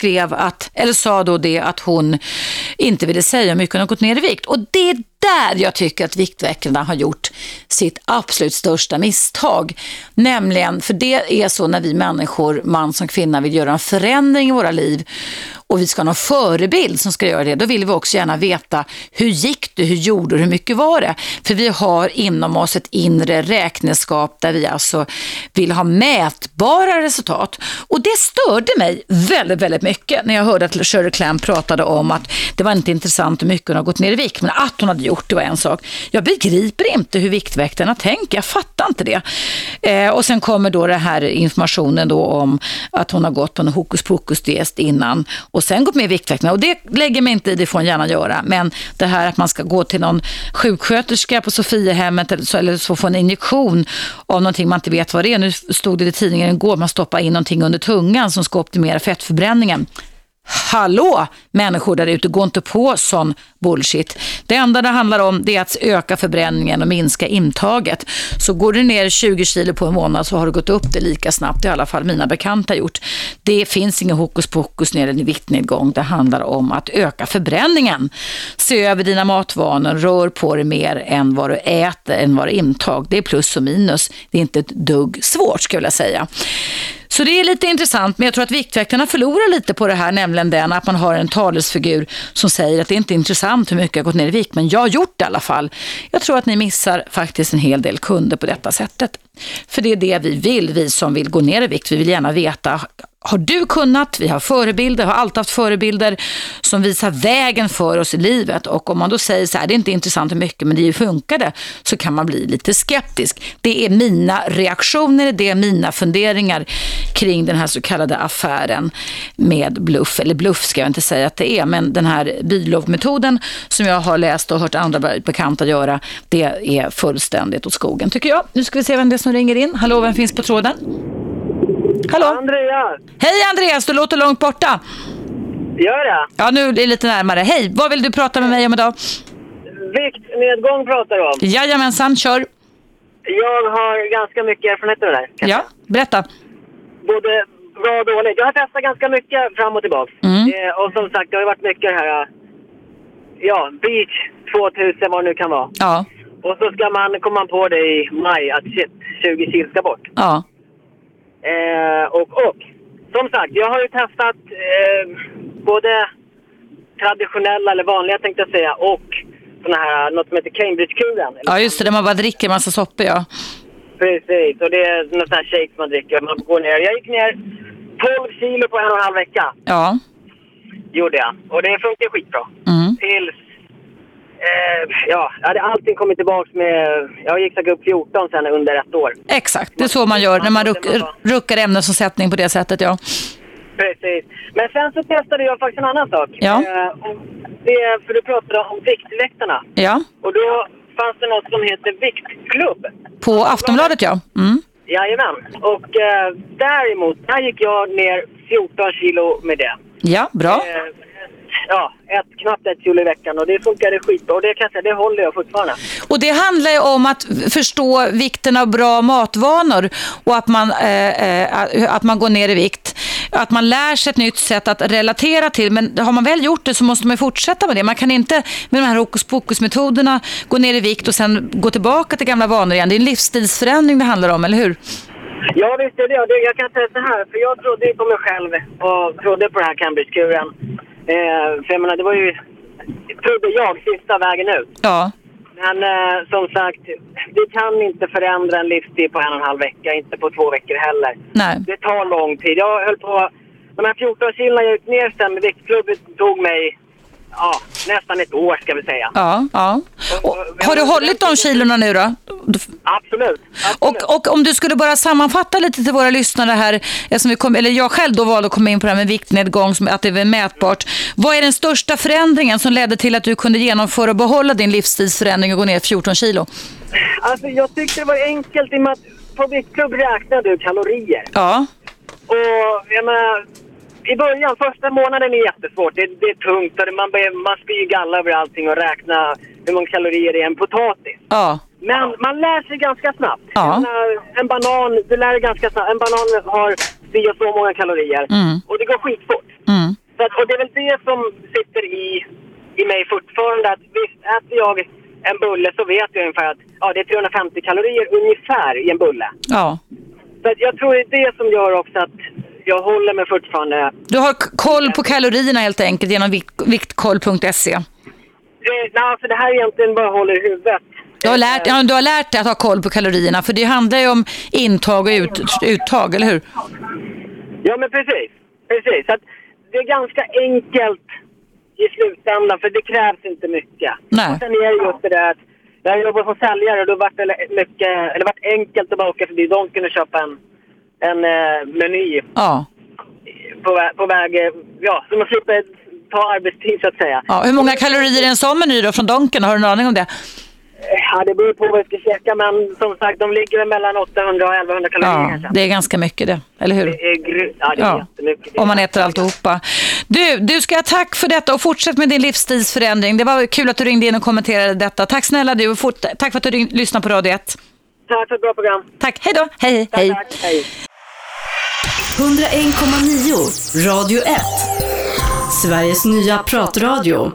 sa då det att hon inte ville säga hur mycket hon har gått ner i vikt. Och det är där jag tycker att Viktväktarna har gjort sitt absolut största misstag. Nämligen, för det är så när vi människor, man som kvinna, vill göra en förändring i våra liv och vi ska ha någon förebild som ska göra det, då vill vi också gärna veta hur gick det, hur gjorde du, hur mycket var det? För vi har inom oss ett inre räkneskap där vi alltså vill ha mätbara resultat. Och det störde mig väldigt, väldigt mycket när jag hörde att Shirley Clamp pratade om att det var inte intressant hur mycket hon har gått ner i vikt, men att hon hade gjort det var en sak. Jag begriper inte hur Viktväktarna tänker, jag fattar inte det. Och sen kommer då det här informationen då om att hon har gått på en hokus pokus diet innan och sen gått med i Viktväktarna, och det lägger mig inte i, det får hon gärna göra, men det här att man ska gå till någon sjuksköterska på Sofiehemmet eller så få en injektion av någonting man inte vet vad det är. Nu stod det i tidningen igår, man stoppar in någonting under tungan som ska optimera fettförbränningen. Hallå, människor där ute, går inte på sån bullshit. Det enda det handlar om det är att öka förbränningen och minska intaget. Så går du ner 20 kilo på en månad så har du gått upp det lika snabbt, i alla fall mina bekanta gjort. Det finns ingen hokus pokus ner i viktnedgång. Det handlar om att öka förbränningen. Se över dina matvanor, rör på dig mer än vad du äter, än vad du intag. Det är plus och minus. Det är inte ett dugg svårt, skulle jag vilja säga. Så det är lite intressant, men jag tror att Viktväktarna förlorar lite på det här, nämligen den att man har en talesfigur som säger att det inte är intressant hur mycket jag har gått ner i vikt, men jag har gjort det i alla fall. Jag tror att ni missar faktiskt en hel del kunder på detta sättet. För det är det vi vill, vi som vill gå ner i vikt. Vi vill gärna veta, har du kunnat? Vi har förebilder, har alltid haft förebilder som visar vägen för oss i livet. Och om man då säger så här, det är inte intressant hur mycket, men det funkar det, så kan man bli lite skeptisk. Det är mina reaktioner, det är mina funderingar kring den här så kallade affären med bluff. Eller bluff ska jag inte säga att det är, men den här Bülow-metoden som jag har läst och hört andra bekanta göra, det är fullständigt åt skogen, tycker jag. Nu ska vi se vem det är som ringer in. Hallå, vem finns på tråden? Hallå? Andreas. Hej Andreas, du låter långt borta. Gör det? Ja, nu är det lite närmare. Hej, vad vill du prata med mig om idag? Viktnedgång pratar du om. Jajamensan, kör. Jag har ganska mycket erfarenhet av det där. Ja, berätta. Både bra och dåligt. Jag har testat ganska mycket fram och tillbaka. Och som sagt, det har ju varit mycket här. Ja, Beach 2000, vad det nu kan vara. Ja. Och så ska man komma på det i maj att shit, 20 kilo ska bort. Ja. Och som sagt, jag har ju testat både traditionella eller vanliga tänkte jag säga, och såna här, något som heter Cambridge-kuren. Ja, just det, där man bara dricker massa soppor, ja. Precis, och det är något sån här shake man dricker. Man går ner. Jag gick ner 12 kilo på 1,5 vecka. Ja. Gjorde jag. Och det funkar skitbra. Tills hade allting kommit tillbaka med... Jag gick säkert upp 14 sen under ett år. Exakt, det är så man gör när man ruckar ämnesomsättning på det sättet, ja. Precis. Men sen så testade jag faktiskt en annan sak. Ja. För du pratade om Viktväktarna. Ja. Och då fanns det något som heter Viktklubb. På Aftonbladet, ja. Jajamän. Och däremot, där gick jag ner 14 kilo med det. Ja, bra. Knappt ett kilo i veckan, och det funkade skitbra, och det kan jag säga, det håller jag fortfarande. Och det handlar ju om att förstå vikten av bra matvanor och att man går ner i vikt. Att man lär sig ett nytt sätt att relatera till, men har man väl gjort det så måste man fortsätta med det. Man kan inte med de här hokus pokus-metoderna gå ner i vikt och sen gå tillbaka till gamla vanor igen. Det är en livsstilsförändring det handlar om, eller hur? Ja, visst är det. Jag kan säga så här, för jag trodde på mig själv och trodde på den här Cambridge-kuren. För jag menar, det var ju, trodde jag, sista vägen ut. Ja. Men som sagt, vi kan inte förändra en livsstil på 1,5 vecka, inte på 2 veckor heller. Nej. Det tar lång tid. Jag höll på, de här 14 kilona jag gick ner sen med Viktklubben tog mig nästan ett år, ska vi säga. Ja. Och har du hållit de kilorna nu då? Absolut. Och om du skulle bara sammanfatta lite till våra lyssnare här, eller jag själv då valde att komma in på det här med viktnedgång, att det är mätbart. Vad är den största förändringen som ledde till att du kunde genomföra och behålla din livsstilsförändring och gå ner 14 kilo? Alltså jag tyckte det var enkelt i och med att på Viktklubb räknar du kalorier. Ja. Och jag menar, i början, första månaden är jättesvårt. Det är tungt och man spyr galla över allting och räkna hur många kalorier det är en potatis. Ja. Men man lär sig ganska snabbt. Ja. En banan, du lär dig ganska snabbt. En banan har så många kalorier. Och det går skitfort. Och det är väl det som sitter i mig fortfarande. Att visst, äter jag en bulle så vet jag ungefär att det är 350 kalorier ungefär i en bulle. Ja. Så jag tror det är det som gör också att jag håller mig fortfarande... Du har koll på kalorierna helt enkelt genom viktkoll.se. Nej, för det här egentligen bara håller i huvudet. Du har lärt dig att ha koll på kalorierna, för det handlar ju om intag och uttag, eller hur? Ja, men precis. Så att det är ganska enkelt i slutändan, för det krävs inte mycket. Nej. Och sen är det just det där att jag jobbar som säljare och då var det varit enkelt att bara åka förbi. De kunde köpa en meny på väg, så man slipper ta arbetstid så att säga. Ja, hur många kalorier är en sån meny då från Donken? Har du någon aning om det? Ja, det beror på vad jag ska käka, men som sagt, de ligger mellan 800 och 1100 kalorier. Ja, det är ganska mycket det, eller hur? Det är jättemycket. Om man äter alltihopa. Du ska ha tack för detta och fortsätt med din livsstilsförändring. Det var kul att du ringde in och kommenterade detta. Tack snälla du och tack för att du lyssnade på Radio 1. Tack för ett bra program. Tack, hej då. Hej. Tack. 101,9 Radio 1. Sveriges nya pratradio.